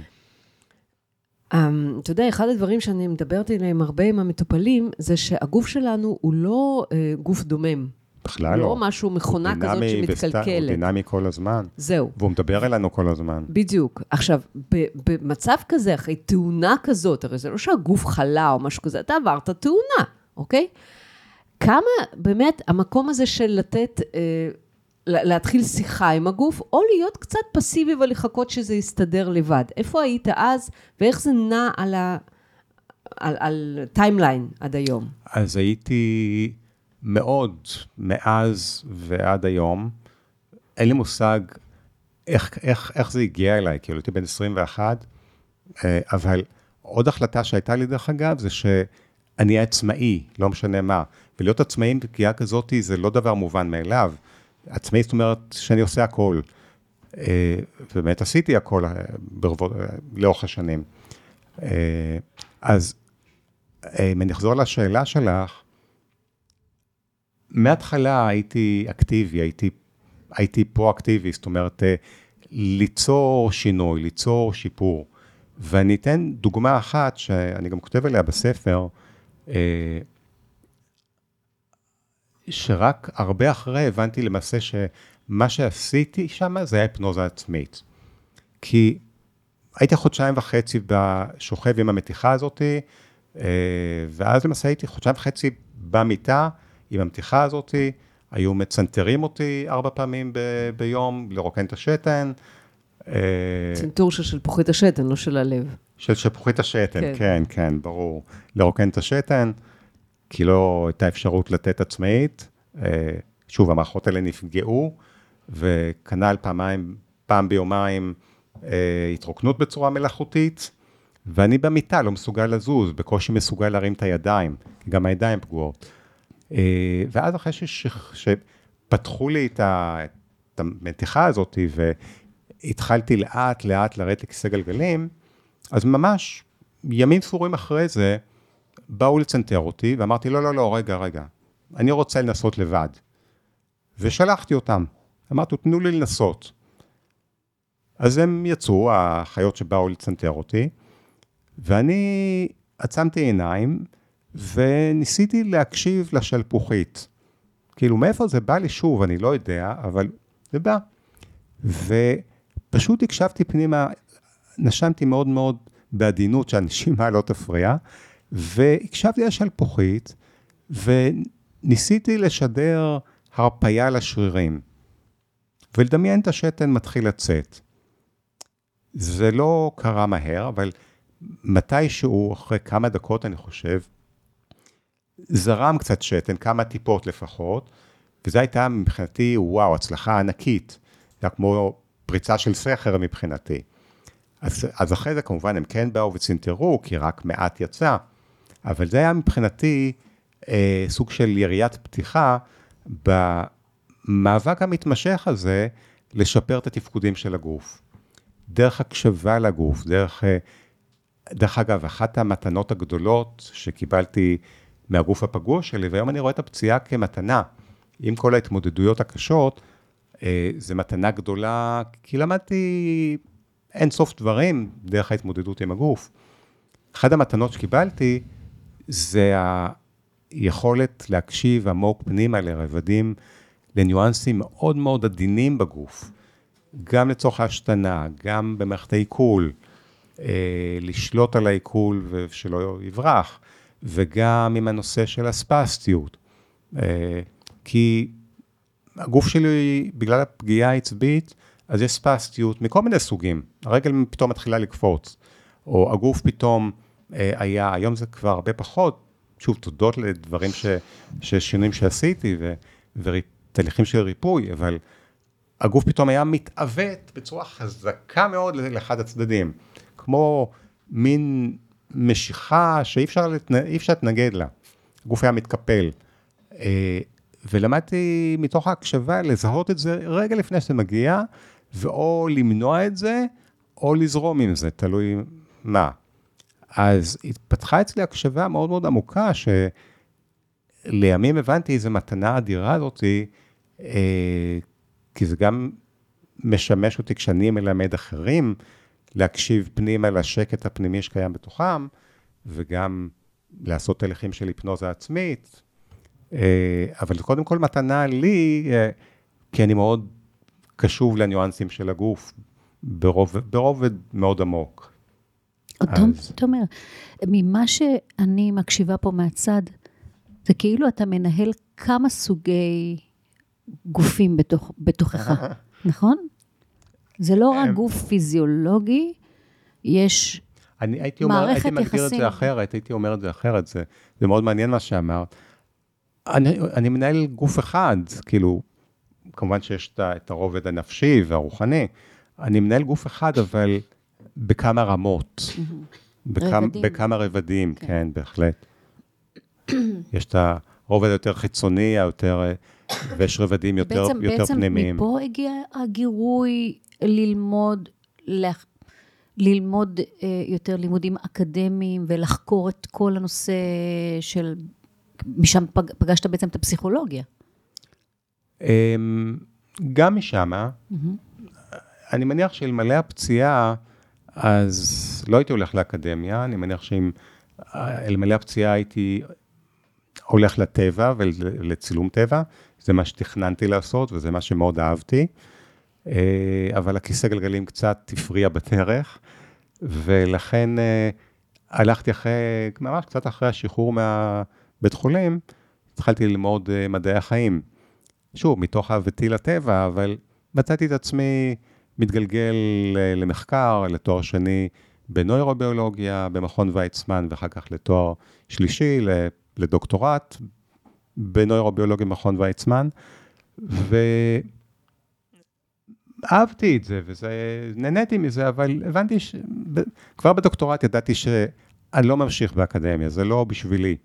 S4: Um, אתה יודע, אחד הדברים שאני מדברת עליהם הרבה עם המטופלים, זה שהגוף שלנו הוא לא uh, גוף דומם.
S1: בכלל לא.
S4: לא משהו מכונה כזאת שמתקלקלת.
S1: הוא דינמי כל הזמן.
S4: זהו.
S1: והוא מדבר אלינו כל הזמן.
S4: בדיוק. עכשיו, במצב כזה, אחרי תאונה כזאת, הרי זה לא שהגוף חלה או משהו כזה, אתה עברת תאונה, אוקיי? כמה באמת המקום הזה של לתת, אה, להתחיל שיחה עם הגוף, או להיות קצת פסיבי ולחכות שזה יסתדר לבד. איפה היית אז, ואיך זה נע על ה... על, על טיימליין עד היום?
S1: אז הייתי מאוד, מאז ועד היום, אין לי מושג איך, איך, איך זה הגיע אליי, כאילו הייתי בן עשרים ואחת, אבל עוד החלטה שהייתה לי דרך אגב, זה שאני עצמאי, לא משנה מה, ולהיות עצמאי בפגיעה כזאת זה לא דבר מובן מאליו, עצמאי זאת אומרת שאני עושה הכל, ובאמת עשיתי הכל ברבות, לאורך השנים. אז אם אני אחזור לשאלה שלך, מההתחלה הייתי אקטיבי, הייתי, הייתי פרו-אקטיבי, זאת אומרת, ליצור שינוי, ליצור שיפור. ואני אתן דוגמה אחת שאני גם כותב עליה בספר, שרק הרבה אחרי הבנתי למעשה שמה שעשיתי שם זה היה היפנוזה עצמית. כי הייתי חודשיים וחצי בשוכב עם המתיחה הזאת, ואז למעשה הייתי חודשיים וחצי במיטה עם המתיחה הזאת, היו מצנתרים אותי ארבע פעמים ב- ביום לרוקן את השתן.
S4: צנתור של שלפוחית השתן, לא של הלב.
S1: של שלפוחית השתן, כן, כן, כן, ברור. לרוקן את השתן, כי לא הייתה אפשרות לתת עצמאית. שוב, המערכות האלה נפגעו, וכנ"ל פעמיים פעם ביומיים אה, התרוקנות בצורה מלאכותית, ואני במיטה לא מסוגל לזוז, בקושי מסוגל להרים את הידיים, כי גם הידיים פגועות. אה, ואז אחרי ש, שפתחו לי את, ה, את המתיחה הזאת, והתחלתי לאט לאט לרדת לכיסא גלגלים, אז ממש ימים ספורים אחרי זה, באו לצנטר אותי, ואמרתי, לא, לא, לא, רגע, רגע, אני רוצה לנסות לבד. ושלחתי אותם. אמרתי, תנו לי לנסות. אז הם יצאו, החיות שבאו לצנטר אותי, ואני עצמתי עיניים, וניסיתי להקשיב לשלפוחית. כאילו, מאיפה זה בא לי שוב, אני לא יודע, אבל זה בא. ופשוט הקשבתי פנימה, נשמתי מאוד מאוד בעדינות, שהנשימה לא תפריע, והקשבתי לשלפוחית, וניסיתי לשדר הרפיה לשרירים, ולדמיין את השתן מתחיל לצאת. זה לא קרה מהר, אבל מתישהו, אחרי כמה דקות אני חושב, זרם קצת שתן, כמה טיפות לפחות, וזו הייתה מבחינתי, וואו, הצלחה ענקית. זה היה כמו פריצה של סכר מבחינתי. אז, אז אחרי זה כמובן הם כן באו וצנתרו, כי רק מעט יצא, אבל זה היה מבחינתי אה, סוג של יריית פתיחה, במאבק המתמשך הזה, לשפר את התפקודים של הגוף. דרך הקשבה לגוף, דרך, דרך אגב, אחת המתנות הגדולות שקיבלתי מהגוף הפגוע שלי, והיום אני רואה את הפציעה כמתנה, עם כל ההתמודדויות הקשות, זה מתנה גדולה, כי למדתי אין סוף דברים דרך ההתמודדות עם הגוף. אחת המתנות שקיבלתי, זה היכולת להקשיב עמוק פנימה לרבדים, לניואנסים מאוד מאוד עדינים בגוף, גם לצורך ההשתנה, גם במערכת העיכול, אה, לשלוט על העיכול ושלא יברח, וגם עם הנושא של הספסטיות. אה, כי הגוף שלי, בגלל הפגיעה העצבית, אז יש ספסטיות מכל מיני סוגים. הרגל פתאום מתחילה לקפוץ, או הגוף פתאום אה, היה, היום זה כבר הרבה פחות, שוב, תודות לדברים ש, ששינויים שעשיתי, ו, ותהליכים של ריפוי, אבל הגוף פתאום היה מתעוות בצורה חזקה מאוד לאחד הצדדים, כמו מין משיכה שאי אפשר, אי אפשר להתנגד לה. הגוף היה מתקפל. ולמדתי מתוך ההקשבה לזהות את זה רגע לפני שזה מגיע, ואו למנוע את זה, או לזרום עם זה, תלוי מה. אז התפתחה אצלי הקשבה מאוד מאוד עמוקה, שלימים הבנתי איזו מתנה אדירה הזאת, כי זה גם משמש אותי כשאני מלמד אחרים, להקשיב פנימה לשקט הפנימי שקיים בתוכם, וגם לעשות תהליכים של היפנוזה עצמית. אבל קודם כל מתנה לי, כי אני מאוד קשוב לניואנסים של הגוף, ברובד, ברובד מאוד עמוק.
S2: תומר, ממה שאני מקשיבה פה מהצד, זה כאילו אתה מנהל כמה סוגי גופים בתוך, בתוכך, נכון? זה לא רק גוף פיזיולוגי, יש
S1: אני הייתי אומר,
S2: מערכת
S1: הייתי מגדיר
S2: יחסים.
S1: את זה אחרת, הייתי אומר את זה אחרת, זה, זה מאוד מעניין מה שאמרת. אני, אני מנהל גוף אחד, כאילו, כמובן שיש את הרובד הנפשי והרוחני, אני מנהל גוף אחד, אבל בכמה רמות, בכמה,
S2: רבדים.
S1: בכמה רבדים, כן, כן בהחלט. יש את הרובד היותר חיצוני, היותר, ויש רבדים יותר,
S2: בעצם,
S1: יותר
S2: בעצם
S1: פנימיים.
S2: מפה הגיע הגירוי ללמוד, לח... ללמוד אה, יותר לימודים אקדמיים, ולחקור את כל הנושא של, משם פג, פגשת בעצם את הפסיכולוגיה.
S1: גם משם, mm-hmm. אני מניח שאלמלא הפציעה, אז לא הייתי הולך לאקדמיה, אני מניח שאם אלמלא הפציעה הייתי הולך לטבע ולצילום טבע, זה מה שתכננתי לעשות וזה מה שמאוד אהבתי, אבל הכיסא גלגלים קצת הפריע בדרך, ולכן הלכתי אחרי, ממש קצת אחרי השחרור מהבית חולים, התחלתי ללמוד מדעי החיים. שוב, מתוך אהבתי לטבע, אבל מצאתי את עצמי מתגלגל למחקר, לתואר שני בנוירוביולוגיה, במכון ויצמן, ואחר כך לתואר שלישי, לדוקטורט בנוירוביולוגיה במכון ויצמן, אהבתי את זה, וזה, נהניתי מזה, אבל הבנתי ש... כבר בדוקטורט ידעתי שאני לא ממשיך באקדמיה, זה לא בשבילי.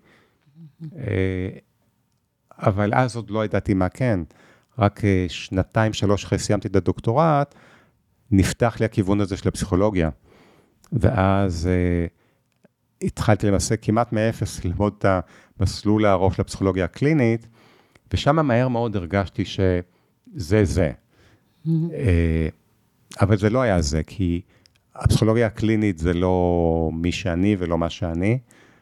S1: אבל אז עוד לא ידעתי מה כן. רק שנתיים, שלוש אחרי סיימתי את הדוקטורט, נפתח לי הכיוון הזה של הפסיכולוגיה. ואז התחלתי למעשה כמעט מאפס ללמוד את המסלול הארוך של הפסיכולוגיה הקלינית, ושם מהר מאוד הרגשתי שזה זה. אבל זה לא היה זה, כי הפסיכולוגיה הקלינית זה לא מי שאני ולא מה שאני.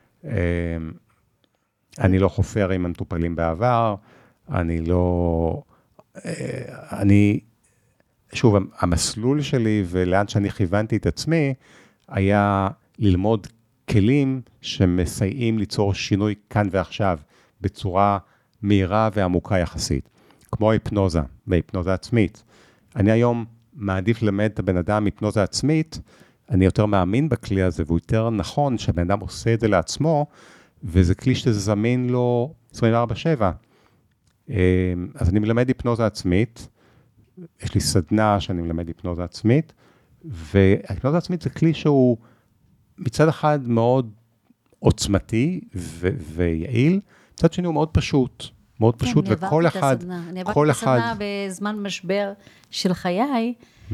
S1: אני לא חופר עם המטופלים בעבר, אני לא... אני... שוב, המסלול שלי ולאן שאני כיוונתי את עצמי, היה ללמוד כלים שמסייעים ליצור שינוי כאן ועכשיו, בצורה מהירה ועמוקה יחסית. כמו היפנוזה, בהיפנוזה עצמית. אני היום מעדיף ללמד את הבן אדם היפנוזה עצמית, אני יותר מאמין בכלי הזה, והוא יותר נכון שהבן אדם עושה את זה לעצמו, וזה כלי שזה זמין לו עשרים וארבע שבע. אז אני מלמד היפנוזה עצמית, יש לי סדנה שאני מלמד היפנוזה עצמית, וההיפנוזה עצמית זה כלי שהוא מצד אחד מאוד עוצמתי ו- ויעיל, מצד שני הוא מאוד פשוט, מאוד כן, פשוט, וכל אחד,
S2: אני עברתי את הסדנה בזמן משבר של חיי, mm.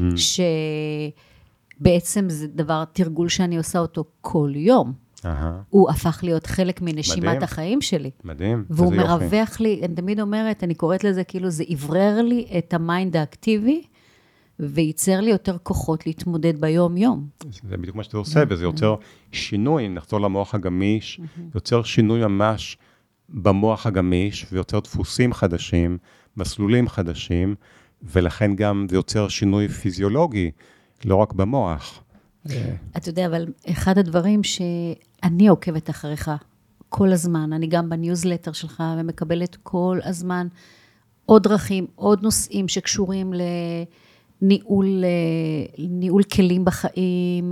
S2: שבעצם זה דבר, תרגול שאני עושה אותו כל יום. Uh-huh. הוא הפך להיות חלק מנשימת מדהים. החיים שלי.
S1: מדהים.
S2: והוא מרווח לי, אני תמיד אומרת, אני קוראת לזה כאילו, זה עברר לי את המיינד האקטיבי, וייצר לי יותר כוחות להתמודד ביום-יום.
S1: זה בדיוק מה שאתה עושה, וזה יוצר שינוי, נחזור למוח הגמיש, יוצר שינוי ממש במוח הגמיש, ויוצר דפוסים חדשים, מסלולים חדשים, ולכן גם זה יוצר שינוי פיזיולוגי, לא רק במוח.
S2: אתה יודע, אבל אחד הדברים שאני עוקבת אחריך כל הזמן, אני גם בניוזלטר שלך, ומקבלת כל הזמן עוד דרכים, עוד נושאים שקשורים ל... ניהול, ניהול כלים בחיים,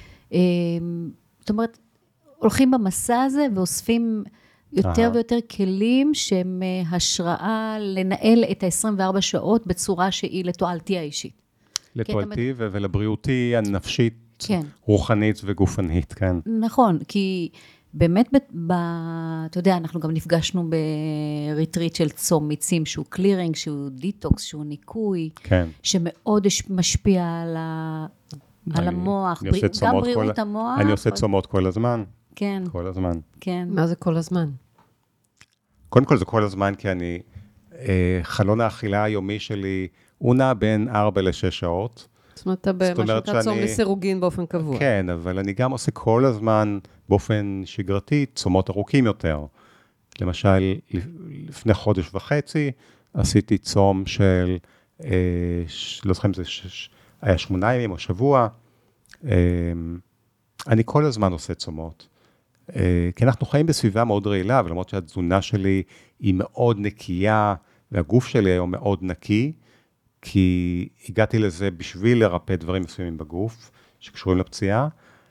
S2: זאת אומרת, הולכים במסע הזה ואוספים יותר ויותר כלים שהם השראה לנהל את ה-עשרים וארבע שעות בצורה שהיא לתועלתי האישית.
S1: לתועלתי ולבריאותי הנפשית, רוחנית וגופנית, כן.
S2: נכון, כי באמת, ב, אתה יודע, אנחנו גם נפגשנו בריטריט של צום מיצים, שהוא קלירינג, שהוא דיטוקס, שהוא ניקוי,
S1: כן.
S2: שמאוד משפיע על, ה, אני, על המוח,
S1: אני
S2: בריא, גם בריאות
S1: כל,
S2: המוח.
S1: אני עושה צומות כל הזמן.
S2: כן.
S1: כל הזמן.
S2: כן.
S4: מה זה כל הזמן?
S1: קודם כל זה כל הזמן, כי אני, אה, חלון האכילה היומי שלי, הוא נע בין ארבע לשש שעות.
S4: זאת אומרת, אתה במה שאתה צום לסירוגין באופן קבוע.
S1: כן, אבל אני גם עושה כל הזמן, באופן שגרתי, צומות ארוכים יותר. למשל, לפני חודש וחצי, עשיתי צום של, אה, לא זוכר אם זה ש... היה שמונה ימים או שבוע. אה, אני כל הזמן עושה צומות. אה, כי אנחנו חיים בסביבה מאוד רעילה, ולמרות שהתזונה שלי היא מאוד נקייה, והגוף שלי היום מאוד נקי, כי הגעתי לזה בשביל לרפא דברים מסוימים בגוף, שקשורים לפציעה.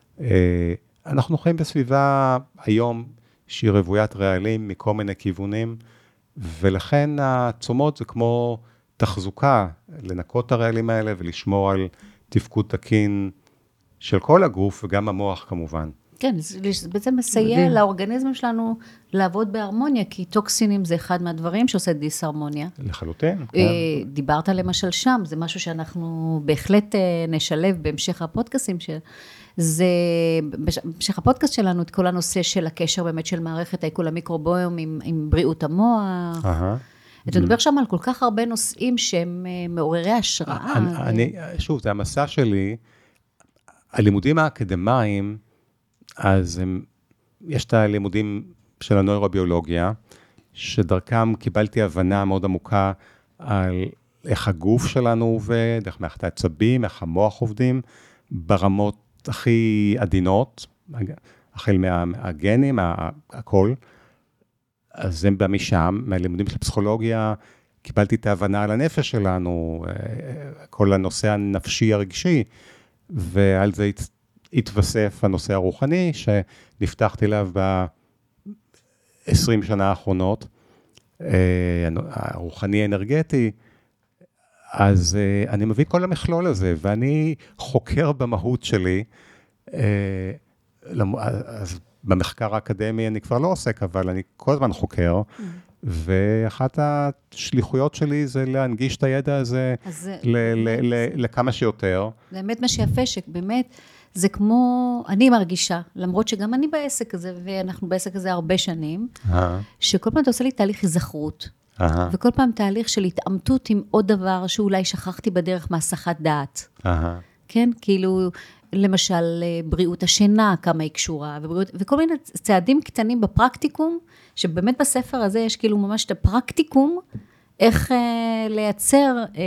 S1: אנחנו חיים בסביבה היום שהיא רוויית רעלים מכל מיני כיוונים, ולכן הצומות זה כמו תחזוקה, לנקות את הרעלים האלה ולשמור על תפקוד תקין של כל הגוף וגם המוח כמובן.
S2: כן, זה בעצם מסייע לאורגניזם שלנו לעבוד בהרמוניה, כי טוקסינים זה אחד מהדברים שעושה דיסהרמוניה.
S1: לחלוטין.
S2: דיברת למשל שם, זה משהו שאנחנו בהחלט נשלב בהמשך הפודקאסים של... זה, בהמשך הפודקאסט שלנו, את כל הנושא של הקשר באמת של מערכת העיכול המיקרוביום עם, עם בריאות המוח. אתה מדבר שם על כל כך הרבה נושאים שהם מעוררי השראה.
S1: אני, שוב, זה המסע שלי, הלימודים האקדמיים, אז הם, יש את הלימודים של הנוירוביולוגיה, שדרכם קיבלתי הבנה מאוד עמוקה על איך הגוף שלנו עובד, איך מערכת העצבים, איך המוח עובדים, ברמות הכי עדינות, החל מהגנים, הכל. אז זה בא משם, מהלימודים של הפסיכולוגיה, קיבלתי את ההבנה על הנפש שלנו, כל הנושא הנפשי הרגשי, ועל זה התווסף הנושא הרוחני, שנפתחתי אליו ב-עשרים שנה האחרונות, הרוחני האנרגטי, אז uh, אני מביא כל המכלול הזה, ואני חוקר במהות שלי, uh, למ... אז במחקר האקדמי אני כבר לא עוסק, אבל אני כל הזמן חוקר, mm. ואחת השליחויות שלי זה להנגיש את הידע הזה ל- ל- ל- לכמה שיותר.
S2: זה באמת מה שיפה, שבאמת זה כמו, אני מרגישה, למרות שגם אני בעסק הזה, ואנחנו בעסק הזה הרבה שנים, שכל פעם אתה עושה לי תהליך היזכרות, וכל פעם תהליך של התעמתות עם עוד דבר שאולי שכחתי בדרך מהסחת דעת. כן? כאילו, למשל, בריאות השינה, כמה היא קשורה, ובריאות, וכל מיני צעדים קטנים בפרקטיקום, שבאמת בספר הזה יש כאילו ממש את הפרקטיקום, איך אה, לייצר אה,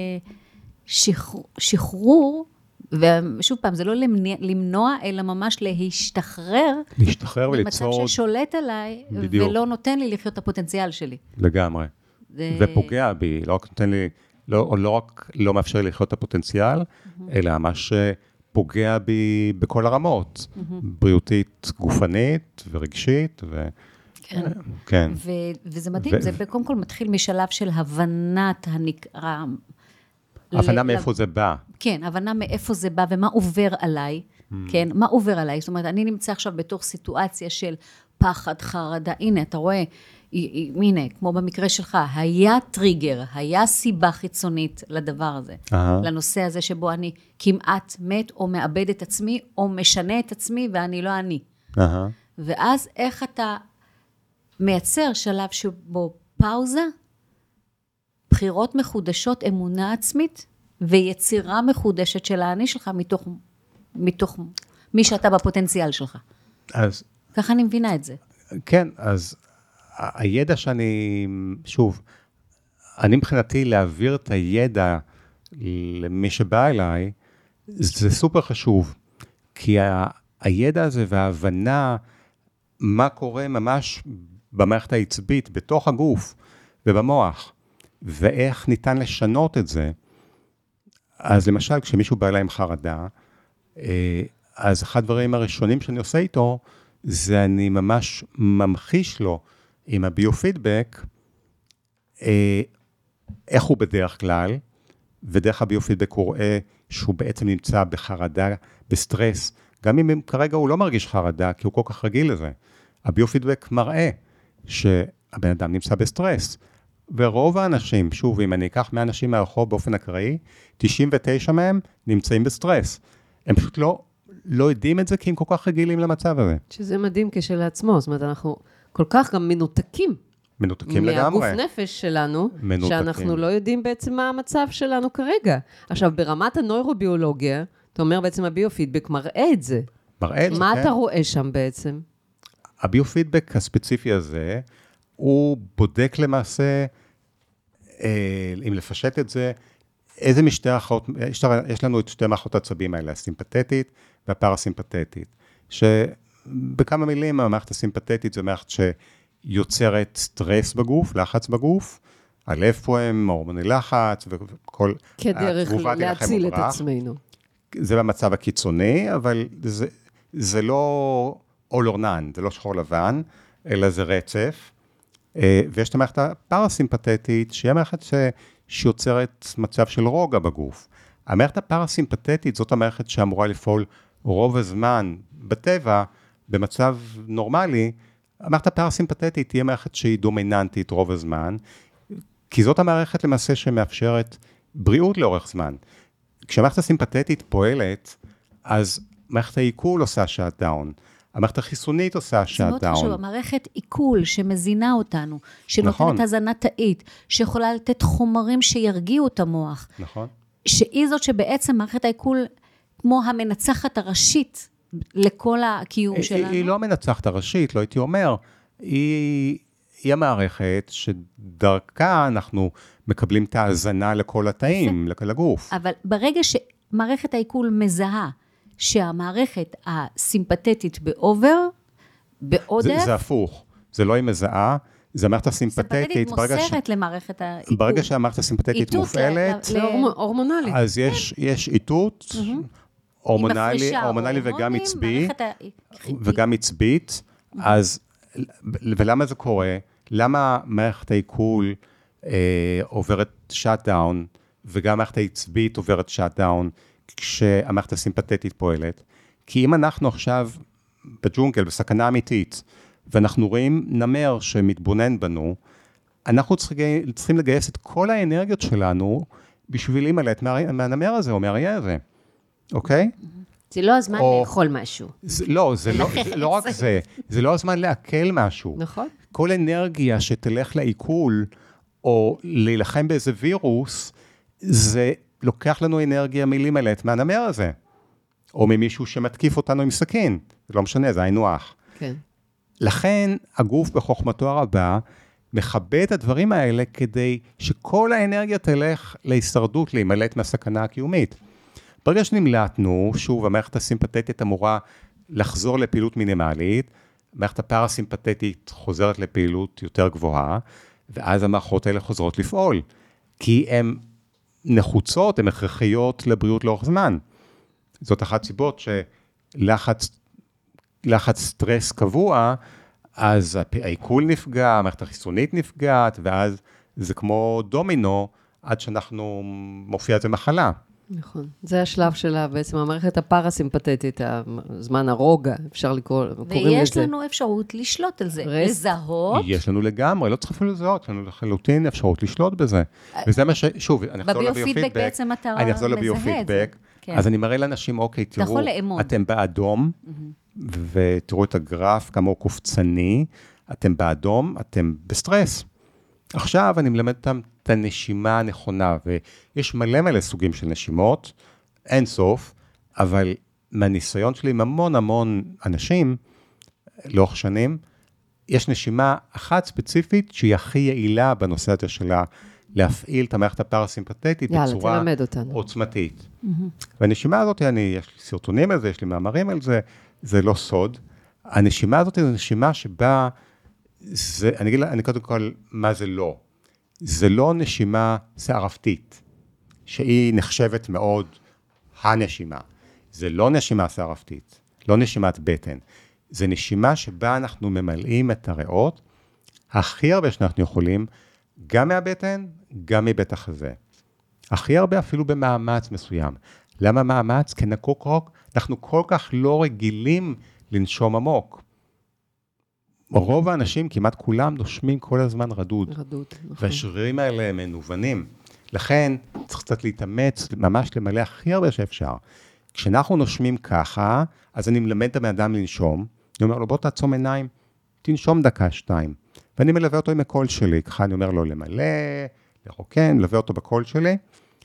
S2: שחרור, שחרור, ושוב פעם, זה לא למנוע, למנוע, אלא ממש להשתחרר,
S1: להשתחרר וליצור...
S2: במצב ששולט עליי, בדיוק. ולא נותן לי לחיות את הפוטנציאל שלי.
S1: לגמרי. זה... ופוגע בי, לא רק נותן לי, לא, לא רק לא מאפשר לי לחיות את הפוטנציאל, mm-hmm. אלא ממש פוגע בי בכל הרמות, mm-hmm. בריאותית, גופנית ורגשית, ו...
S2: כן.
S1: כן.
S2: ו- וזה מדהים, ו- זה קודם כל מתחיל משלב של הבנת הנקרא...
S1: הבנה ל- מאיפה זה בא.
S2: כן, הבנה מאיפה זה בא ומה עובר עליי, mm. כן, מה עובר עליי, זאת אומרת, אני נמצא עכשיו בתוך סיטואציה של פחד, חרדה, הנה, אתה רואה, הנה, כמו במקרה שלך, היה טריגר, היה סיבה חיצונית לדבר הזה, uh-huh. לנושא הזה שבו אני כמעט מת או מאבד את עצמי, או משנה את עצמי ואני לא אני. Uh-huh. ואז איך אתה מייצר שלב שבו פאוזה, בחירות מחודשות, אמונה עצמית, ויצירה מחודשת של האני שלך מתוך, מתוך מי שאתה בפוטנציאל שלך. אז... ככה אני מבינה את זה.
S1: כן, אז הידע שאני, שוב, אני מבחינתי להעביר את הידע למי שבא אליי, זה סופר חשוב, כי ה, הידע הזה וההבנה, מה קורה ממש במערכת העצבית, בתוך הגוף ובמוח, ואיך ניתן לשנות את זה. אז למשל, כשמישהו בא אליי עם חרדה, אז אחד הדברים הראשונים שאני עושה איתו, זה אני ממש ממחיש לו עם הביופידבק, איך הוא בדרך כלל, ודרך הביופידבק הוא רואה שהוא בעצם נמצא בחרדה, בסטרס, גם אם כרגע הוא לא מרגיש חרדה, כי הוא כל כך רגיל לזה. הביופידבק מראה שהבן אדם נמצא בסטרס, ורוב האנשים, שוב, אם אני אקח מהאנשים מהרחוב באופן אקראי, תשעים ותשע מהם נמצאים בסטרס. הם פשוט לא, לא יודעים את זה, כי הם כל כך רגילים למצב הזה.
S4: שזה מדהים כשלעצמו, זאת אומרת, אנחנו כל כך גם מנותקים.
S1: מנותקים לגמרי.
S4: מהגוף נפש שלנו,
S1: מנותקים.
S4: שאנחנו לא יודעים בעצם מה המצב שלנו כרגע. עכשיו, ברמת הנוירוביולוגיה, אתה אומר בעצם הביופידבק מראה את זה.
S1: מראה את זה,
S4: מה
S1: כן.
S4: אתה רואה שם בעצם?
S1: הביופידבק הספציפי הזה, הוא בודק למעשה, אם לפשט את זה, איזה משתי האחות, יש, יש לנו את שתי מערכות העצבים האלה, הסימפתטית והפרסימפתטית, שבכמה מילים, המערכת הסימפתטית זה מערכת שיוצרת סטרס בגוף, לחץ בגוף, הלב פועם, הורמוני לחץ, וכל
S4: כדרך להציל את עצמנו.
S1: זה במצב הקיצוני, אבל זה, זה לא all or none, זה לא שחור לבן, אלא זה רצף, ויש את המערכת הפרסימפתטית, שהיא המערכת שיוצרת מצב של רוגע בגוף. המערכת הפרסימפתטית זאת המערכת שאמורה לפעול רוב הזמן בטבע, במצב נורמלי. המערכת הפרסימפתטית תהיה מערכת שהיא דומיננטית רוב הזמן, כי זאת המערכת למעשה שמאפשרת בריאות לאורך זמן. כשהמערכת הסימפתטית פועלת, אז מערכת העיכול עושה שאט דאון. המערכת החיסונית עושה שאט דאון. זה מאוד חשוב,
S2: המערכת עיכול שמזינה אותנו, שנותנת
S1: נכון.
S2: הזנה תאית, שיכולה לתת חומרים שירגיעו את המוח.
S1: נכון.
S2: שהיא זאת שבעצם מערכת העיכול, כמו המנצחת הראשית לכל הקיום
S1: היא,
S2: שלנו.
S1: היא לא המנצחת הראשית, לא הייתי אומר. היא, היא המערכת שדרכה אנחנו מקבלים את ההזנה לכל התאים, לגוף.
S2: אבל ברגע שמערכת העיכול מזהה, שהמערכת הסימפתטית באובר, בעודף...
S1: זה, זה הפוך, זה לא היא מזהה, זה המערכת הסימפתטית...
S2: סימפתטית מוסרת ש... למערכת העיכול.
S1: ברגע שהמערכת הסימפתטית מופעלת,
S4: זה הורמונלי.
S1: אז יש, יש איתות, הורמונלי, הורמונלי וגם עצבי, וגם עצבית, אז, ולמה זה קורה? למה מערכת העיכול אה, עוברת שאט דאון, וגם המערכת העצבית עוברת שאט-דאון, כשהמערכת הסימפתטית פועלת. כי אם אנחנו עכשיו בג'ונגל, בסכנה אמיתית, ואנחנו רואים נמר שמתבונן בנו, אנחנו צריכים, צריכים לגייס את כל האנרגיות שלנו, בשביל להימלט מה, מהנמר הזה, או מהאריה הזה. אוקיי?
S2: זה לא הזמן
S1: או,
S2: לאכול משהו.
S1: זה, לא, זה לא, זה לא רק זה. זה לא הזמן לעכל משהו.
S4: נכון.
S1: כל אנרגיה שתלך לעיכול, או להילחם באיזה וירוס, זה לוקח לנו אנרגיה מלהימלט מהנמר הזה. או ממישהו שמתקיף אותנו עם סכין. זה לא משנה, זה היינו הך.
S4: כן.
S1: לכן הגוף בחוכמתו הרבה, מכבה את הדברים האלה כדי שכל האנרגיה תלך להישרדות, להימלט מהסכנה הקיומית. ברגע שנמלטנו, שוב, המערכת הסימפתטית אמורה לחזור לפעילות מינימלית, המערכת הפרסימפתטית חוזרת לפעילות יותר גבוהה, ואז המערכות האלה חוזרות לפעול, כי הן נחוצות, הן הכרחיות לבריאות לאורך זמן. זאת אחת סיבות שלחץ לחץ סטרס קבוע, אז העיכול נפגע, המערכת החיסונית נפגעת, ואז זה כמו דומינו, עד שאנחנו מופיע את זה מחלה.
S4: נכון. זה השלב שלה, בעצם המערכת הפרסימפטית, זמן הרוגע, אפשר לקרוא, קוראים לזה.
S2: ויש לנו אפשרות לשלוט על זה, לזהות.
S1: יש לנו לגמרי, לא צריך אפילו לזהות, יש לנו לחלוטין אפשרות לשלוט בזה. וזה מה ש... שוב, אני אחזור
S2: בביופידבק בעצם אתה מזהה את זה.
S1: אני אחזור לביופידבק, אז אני מראה לאנשים, אוקיי, תראו, אתם באדום, ותראו את הגרף, כמה הוא קופצני, אתם באדום, אתם בסטרס. עכשיו אני מלמד אותם את הנשימה הנכונה, ויש מלא מלא סוגים של נשימות, אין סוף, אבל מהניסיון שלי עם המון המון אנשים, לאורך שנים, יש נשימה אחת ספציפית שהיא הכי יעילה בנושא הזה שלה, להפעיל את המערכת הפרסימפטית בצורה עוצמתית. Mm-hmm. והנשימה הזאת, אני, יש לי סרטונים על זה, יש לי מאמרים על זה, זה לא סוד. הנשימה הזאת היא נשימה שבה, זה, אני אגיד לה, אני קודם כל, מה זה לא? זה לא נשימה שערפתית, שהיא נחשבת מאוד הנשימה. זה לא נשימה שערפתית, לא נשימת בטן. זה נשימה שבה אנחנו ממלאים את הריאות, הכי הרבה שאנחנו יכולים, גם מהבטן, גם מבית החזה. הכי הרבה אפילו במאמץ מסוים. למה מאמץ? כי נקוק, אנחנו כל כך לא רגילים לנשום עמוק. רוב האנשים, כמעט כולם, נושמים כל הזמן רדוד.
S4: רדוד, נכון.
S1: והשרירים האלה הם מנוונים. לכן צריך קצת להתאמץ, ממש למלא הכי הרבה שאפשר. כשאנחנו נושמים ככה, אז אני מלמד את האדם לנשום, אני אומר לו, בוא תעצום עיניים, תנשום דקה, שתיים. ואני מלווה אותו עם הקול שלי, ככה אני אומר לו למלא, לרוקן, מלווה אותו בקול שלי,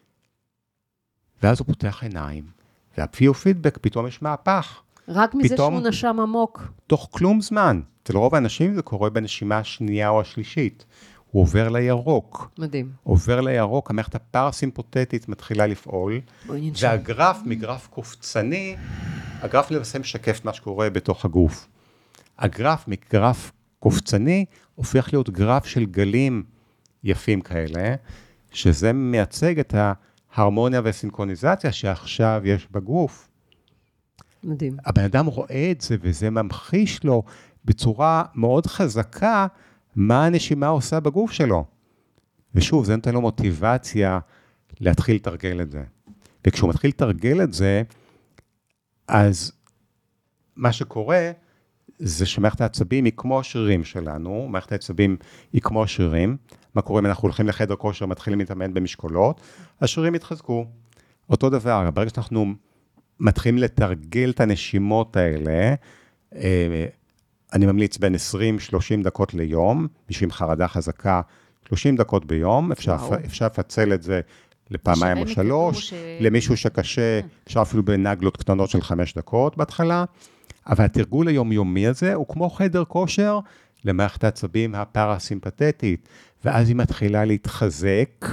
S1: ואז הוא פותח עיניים, והפיו-פידבק פתאום יש מהפך.
S4: רק מזה שהוא נשם עמוק.
S1: תוך כלום זמן. אצל רוב האנשים זה קורה בנשימה השנייה או השלישית. הוא עובר לירוק.
S4: מדהים.
S1: עובר לירוק, המערכת הפרסימפטית מתחילה לפעול, והגרף מגרף קופצני, הגרף למעשה משקף מה שקורה בתוך הגוף. הגרף מגרף קופצני הופך להיות גרף של גלים יפים כאלה, שזה מייצג את ההרמוניה והסינכרוניזציה שעכשיו יש בגוף.
S4: מדהים.
S1: הבן אדם רואה את זה, וזה ממחיש לו בצורה מאוד חזקה, מה הנשימה עושה בגוף שלו. ושוב, זה נותן לו מוטיבציה להתחיל לתרגל את זה. וכשהוא מתחיל לתרגל את זה, אז מה שקורה, זה שמערכת העצבים היא כמו השרירים שלנו, מערכת העצבים היא כמו השרירים. מה קורה אם אנחנו הולכים לחדר כושר, מתחילים להתאמן במשקולות, השרירים יתחזקו. אותו דבר, ברגע שאנחנו מתחילים לתרגל את הנשימות האלה, אני ממליץ בין עשרים שלושים דקות ליום, בשביל חרדה חזקה, שלושים דקות ביום, אפשר, אפשר לפצל את זה לפעמיים או שלוש, ש... למישהו שקשה, אפשר אפילו בנגלות קטנות של חמש דקות בהתחלה, אבל התרגול היומיומי הזה הוא כמו חדר כושר למערכת העצבים הפרסימפטית, ואז היא מתחילה להתחזק,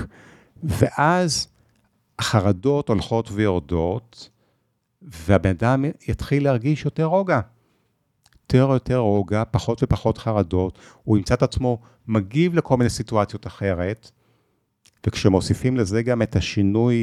S1: ואז החרדות הולכות ויורדות, והבן אדם יתחיל להרגיש יותר רוגע. יותר יותר רוגע, פחות ופחות חרדות, הוא ימצא את עצמו מגיב לכל מיני סיטואציות אחרת, וכשמוסיפים לזה גם את השינוי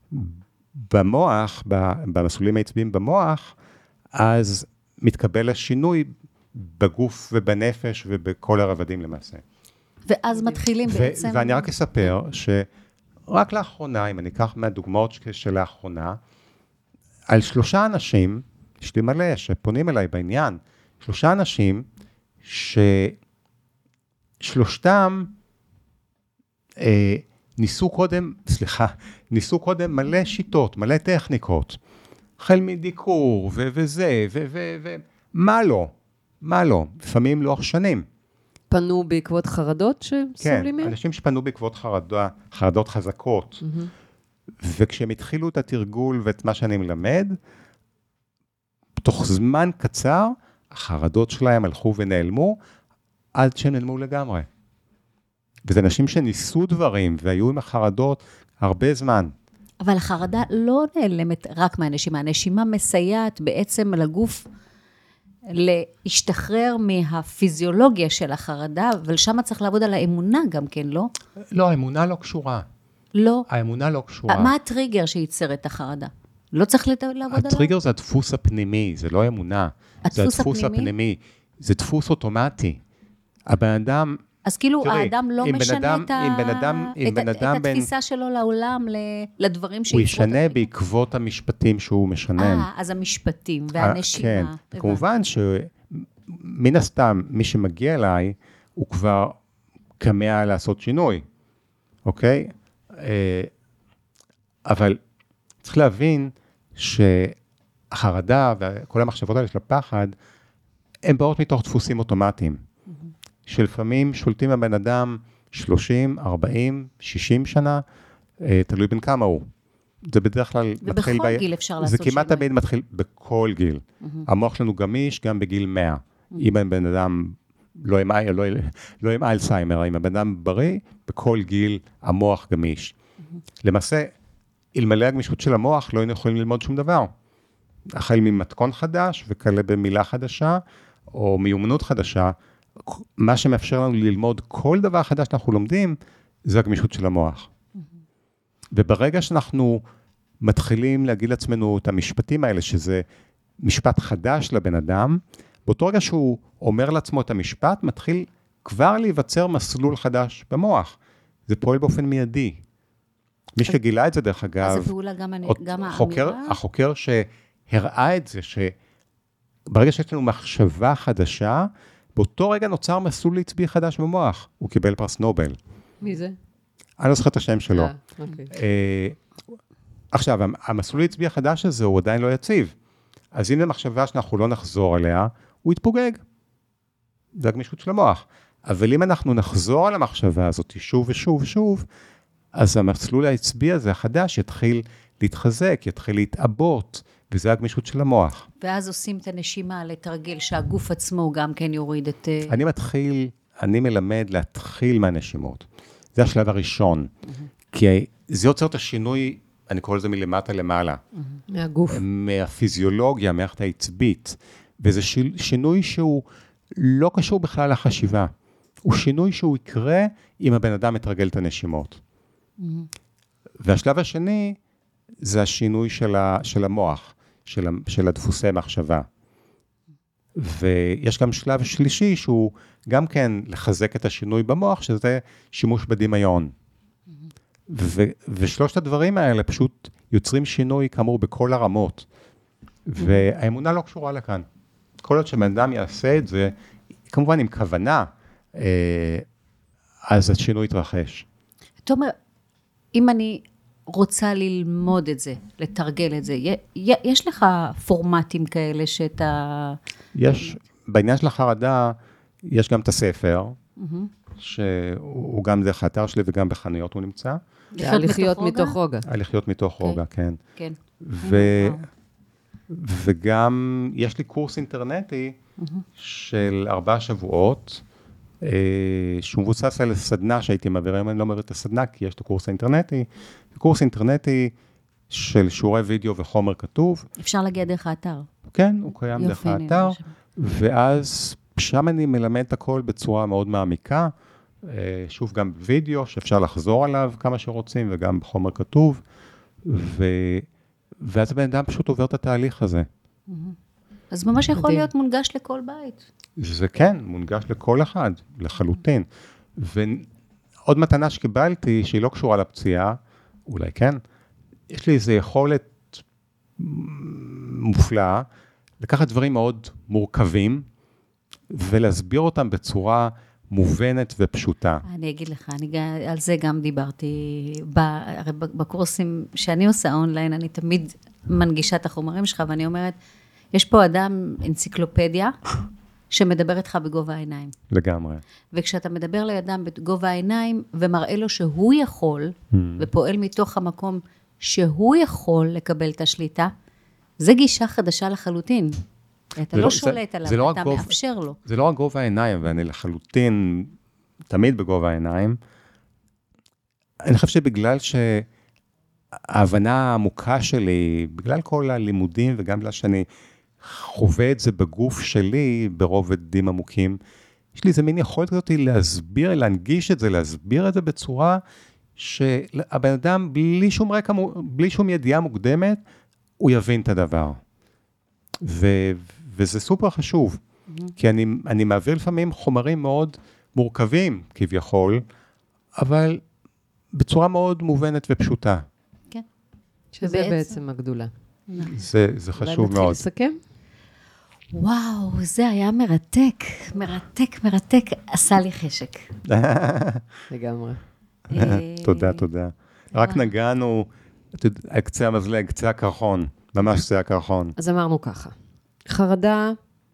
S1: במוח, במסלולים העצביים במוח, אז מתקבל השינוי בגוף ובנפש ובכל הרבדים למעשה.
S2: ואז מתחילים בעצם...
S1: ואני רק אספר רק לאחרונה, אם אני אקח מהדוגמאות של לאחרונה, על שלושה אנשים, יש לי מלא שפונים אליי בעניין, שלושה אנשים ששלושתם אה, ניסו קודם, סליחה, ניסו קודם מלא שיטות, מלא טכניקות, החל מדיקור ו- וזה, ו- ו- ו- מה לא, מה לא, לפעמים לאורך שנים.
S3: פנו בעקבות חרדות שסובלים מהם?
S1: כן, אנשים שפנו בעקבות חרדה, חרדות חזקות, mm-hmm. וכשהם התחילו את התרגול ואת מה שאני מלמד, תוך זמן קצר, החרדות שלהם הלכו ונעלמו, עד שהם נעלמו לגמרי. וזה אנשים שניסו דברים, והיו עם החרדות הרבה זמן.
S2: אבל החרדה לא נעלמת רק מהנשימה, הנשימה מסייעת בעצם לגוף להשתחרר מהפיזיולוגיה של החרדה, אבל שם צריך לעבוד על האמונה גם כן, לא?
S1: לא, האמונה לא קשורה.
S2: לא.
S1: האמונה לא קשורה.
S2: מה הטריגר שייצר את החרדה? לא צריך לעבוד עליו?
S1: הטריגר זה הדפוס הפנימי, זה לא אמונה. זה הדפוס הפנימי. זה דפוס אוטומטי. הבן אדם...
S2: אז כאילו האדם לא משנה את התפיסה שלו לעולם, לדברים
S1: הוא ישנה בעקבות המשפטים שהוא משנן.
S2: אה, אז המשפטים והנשימה.
S1: כן, כמובן שמן הסתם, מי שמגיע אליי, הוא כבר כמה לעשות שינוי, אוקיי? אבל צריך להבין שהחרדה וכל המחשבות האלה של הפחד, הן באות מתוך דפוסים אוטומטיים. שלפעמים שולטים הבן אדם שלושים, ארבעים, שישים שנה, תלוי בין כמה הוא. זה בדרך כלל מתחיל...
S2: ובכל גיל אפשר לעשות
S1: שינוי. זה כמעט תמיד מתחיל בכל גיל. המוח שלנו גמיש גם בגיל מאה. אם הבן אדם לא עם, לא, לא עם אלצהיימר, אם הבן אדם בריא, בכל גיל המוח גמיש. למעשה, אלמלא הגמישות של המוח, לא היינו יכולים ללמוד שום דבר. החל ממתכון חדש, וכאלה במילה חדשה, או מיומנות חדשה, מה שמאפשר לנו ללמוד כל דבר חדש שאנחנו לומדים, זה הגמישות של המוח. וברגע שאנחנו מתחילים להגיד לעצמנו את המשפטים האלה, שזה משפט חדש לבן אדם, באותו רגע שהוא אומר לעצמו את המשפט, מתחיל כבר להיווצר מסלול חדש במוח. זה פועל באופן מיידי. מי שגילה את זה דרך אגב,
S2: אז הפעולה גם, גם
S1: החוקר,
S2: האמירה?
S1: החוקר שהראה את זה, שברגע שיש לנו מחשבה חדשה, באותו רגע נוצר מסלול עצבי חדש במוח. הוא קיבל פרס נובל.
S3: מי זה?
S1: אני לא זוכר את השם שלו.
S3: אה, אוקיי.
S1: אה, עכשיו, המסלול העצבי החדש הזה הוא עדיין לא יציב. אז אם זו מחשבה שאנחנו לא נחזור עליה, הוא יתפוגג. זה הגמישות של המוח. אבל אם אנחנו נחזור על המחשבה הזאת שוב ושוב ושוב, אז המסלול העצבי הזה החדש יתחיל להתחזק, יתחיל להתאבות, וזה הגמישות של המוח.
S2: ואז עושים את הנשימה לתרגיל שהגוף עצמו גם כן יוריד את...
S1: אני מתחיל, אני מלמד להתחיל מהנשימות. זה השלב הראשון. Mm-hmm. כי זה יוצר את השינוי, אני קורא לזה מלמטה למעלה.
S3: Mm-hmm. מהגוף.
S1: מהפיזיולוגיה, מהמערכת העצבית. וזה שינוי שהוא לא קשור בכלל לחשיבה. הוא שינוי שהוא יקרה אם הבן אדם מתרגל את הנשימות. Mm-hmm. והשלב השני, זה השינוי של, ה, של המוח, של, של הדפוסי מחשבה. ויש גם שלב שלישי, שהוא גם כן לחזק את השינוי במוח, שזה שימוש בדמיון. Mm-hmm. ו, ושלושת הדברים האלה פשוט יוצרים שינוי, כאמור, בכל הרמות. Mm-hmm. והאמונה לא קשורה לכאן. כל עוד שבן אדם יעשה את זה, כמובן עם כוונה, אז השינוי יתרחש.
S2: תומר, אם אני... רוצה ללמוד את זה, לתרגל את זה. יש לך פורמטים כאלה שאתה...
S1: יש, בעניין של החרדה, יש גם את הספר, שהוא גם דרך האתר שלי וגם בחנויות הוא נמצא.
S3: לחיות מתוך רוגע.
S1: לחיות מתוך רוגע, כן.
S2: כן.
S1: וגם יש לי קורס אינטרנטי של ארבעה שבועות, שהוא מבוסס על סדנה שהייתי מעביר, היום אני לא אומר את הסדנה, כי יש את הקורס האינטרנטי, קורס אינטרנטי של שיעורי וידאו וחומר כתוב.
S2: אפשר להגיע דרך האתר.
S1: כן, הוא קיים דרך האתר, ואז שם אני מלמד את הכל בצורה מאוד מעמיקה, שוב גם בווידאו, שאפשר לחזור עליו כמה שרוצים, וגם בחומר כתוב, ו... ואז הבן אדם פשוט עובר את התהליך הזה.
S2: אז ממש יכול להיות מונגש לכל בית.
S1: זה כן, מונגש לכל אחד, לחלוטין. ועוד מתנה שקיבלתי, שהיא לא קשורה לפציעה, אולי כן, יש לי איזו יכולת מופלאה, לקחת דברים מאוד מורכבים, ולהסביר אותם בצורה מובנת ופשוטה.
S2: אני אגיד לך, אני על זה גם דיברתי, הרי בקורסים שאני עושה אונליין, אני תמיד מנגישה את החומרים שלך, ואני אומרת, יש פה אדם אנציקלופדיה, שמדבר איתך בגובה העיניים.
S1: לגמרי.
S2: וכשאתה מדבר לאדם בגובה העיניים, ומראה לו שהוא יכול, mm. ופועל מתוך המקום שהוא יכול לקבל את השליטה, זה גישה חדשה לחלוטין. אתה לא, לא שולט עליו, אתה לא מאפשר לו.
S1: זה לא רק גובה העיניים, ואני לחלוטין תמיד בגובה העיניים. אני חושב שבגלל שההבנה העמוקה שלי, בגלל כל הלימודים, וגם בגלל שאני חווה את זה בגוף שלי, ברובדים עמוקים, יש לי איזה מין יכולת כזאת להסביר, להנגיש את זה, להסביר את זה בצורה שהבן אדם, בלי שום רקע, בלי שום ידיעה מוקדמת, הוא יבין את הדבר. ו, וזה סופר חשוב, mm-hmm. כי אני, אני מעביר לפעמים חומרים מאוד מורכבים, כביכול, אבל בצורה מאוד מובנת ופשוטה.
S2: כן.
S4: שזה בעצם, בעצם הגדולה.
S1: זה, זה חשוב מאוד.
S4: אולי נתחיל לסכם?
S2: וואו, זה היה מרתק, מרתק, מרתק, עשה לי חשק.
S4: לגמרי.
S1: תודה, תודה. רק נגענו, קצה המזלג, קצה הקרחון, ממש קצה הקרחון.
S4: אז אמרנו ככה, חרדה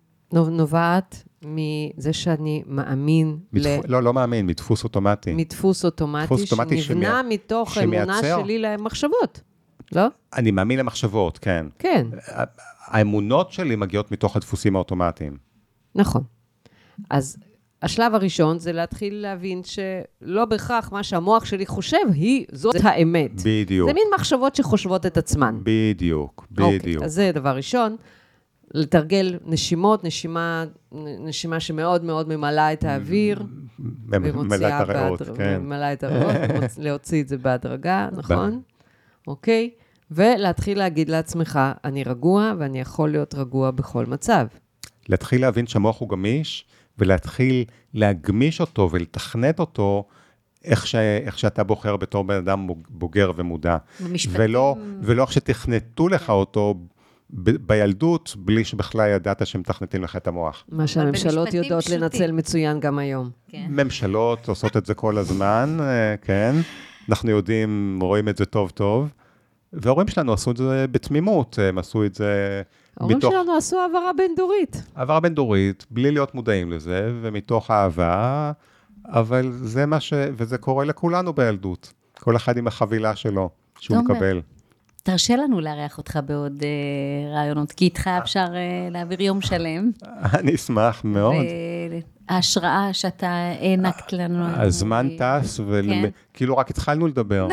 S4: נובעת מזה שאני מאמין
S1: ל... לא, לא מאמין, מדפוס אוטומטי.
S4: מדפוס אוטומטי, שנבנה מתוך אמונה שלי למחשבות, לא?
S1: אני מאמין למחשבות, כן.
S4: כן.
S1: האמונות שלי מגיעות מתוך הדפוסים האוטומטיים.
S4: נכון. אז השלב הראשון זה להתחיל להבין שלא בהכרח מה שהמוח שלי חושב, היא, זאת האמת.
S1: בדיוק.
S4: זה מין מחשבות שחושבות את עצמן.
S1: בדיוק, בדיוק.
S4: אוקיי, אז זה דבר ראשון. לתרגל נשימות, נשימה, נשימה שמאוד מאוד ממלאה את האוויר.
S1: ממלאה את הריאות, כן.
S4: ממלאה את הריאות, להוציא את זה בהדרגה, נכון? אוקיי. ולהתחיל להגיד לעצמך, אני רגוע ואני יכול להיות רגוע בכל מצב.
S1: להתחיל להבין שהמוח הוא גמיש, ולהתחיל להגמיש אותו ולתכנת אותו, איך, ש... איך שאתה בוחר בתור בן אדם בוגר ומודע. ולא, ולא איך שתכנתו לך אותו ב... בילדות, בלי שבכלל ידעת שהם תכנתים לך את המוח.
S4: מה שהממשלות יודעות פשוטים. לנצל מצוין גם היום.
S2: כן.
S1: ממשלות עושות את זה כל הזמן, כן. אנחנו יודעים, רואים את זה טוב טוב. וההורים שלנו עשו את זה בתמימות, הם עשו את זה
S4: ההורים מתוך... שלנו עשו העברה בין-דורית.
S1: העברה בין-דורית, בלי להיות מודעים לזה, ומתוך אהבה, אבל זה מה ש... וזה קורה לכולנו בילדות. כל אחד עם החבילה שלו, שהוא מקבל.
S2: תרשה לנו לארח אותך בעוד uh, רעיונות, כי איתך אפשר uh, להעביר יום שלם.
S1: אני אשמח מאוד.
S2: וההשראה שאתה הענקת לנו.
S1: הזמן טס, וכאילו רק התחלנו לדבר.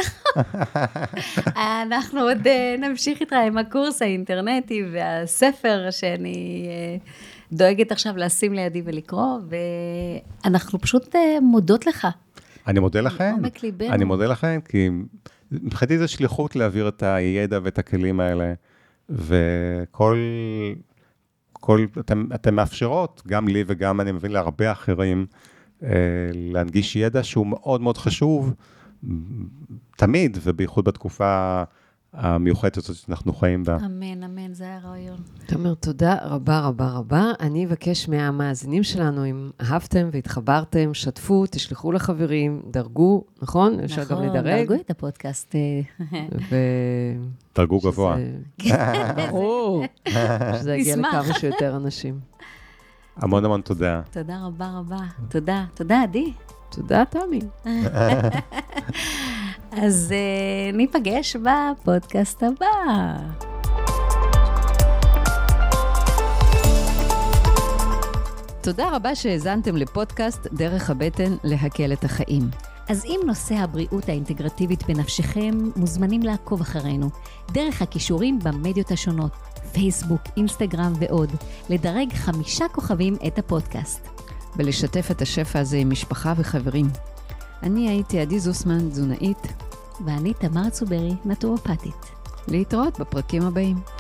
S2: אנחנו עוד uh, נמשיך איתך עם הקורס האינטרנטי, והספר שאני uh, דואגת עכשיו לשים לידי ולקרוא, ואנחנו פשוט uh, מודות לך.
S1: אני מודה לכם. אני מודה לכם, כי... מבחינתי זה שליחות להעביר את הידע ואת הכלים האלה, וכל, כל, אתם, אתם מאפשרות, גם לי וגם אני מבין להרבה אחרים, להנגיש ידע שהוא מאוד מאוד חשוב, תמיד, ובייחוד בתקופה המיוחדת הזאת שאנחנו חיים בה.
S2: אמן, אמן, זה היה רעיון.
S4: תומר, תודה רבה רבה רבה. אני אבקש מהמאזינים שלנו, אם אהבתם והתחברתם, שתפו, תשלחו לחברים, דרגו, נכון? אפשר גם לדרג.
S2: נכון, דרגו את הפודקאסט.
S1: דרגו גבוה.
S4: שזה יגיע לכמה שיותר אנשים.
S1: המון המון תודה.
S2: תודה רבה רבה. תודה, תודה עדי.
S4: תודה תמי.
S2: אז uh, ניפגש בפודקאסט הבא.
S3: תודה רבה שהאזנתם לפודקאסט דרך הבטן להקל את החיים.
S2: אז אם נושא הבריאות האינטגרטיבית בנפשכם, מוזמנים לעקוב אחרינו, דרך הכישורים במדיות השונות, פייסבוק, אינסטגרם ועוד, לדרג חמישה כוכבים את הפודקאסט.
S3: ולשתף את השפע הזה עם משפחה וחברים. אני הייתי עדי זוסמן, תזונאית.
S2: ואני תמר צוברי, נטורופטית.
S3: להתראות בפרקים הבאים.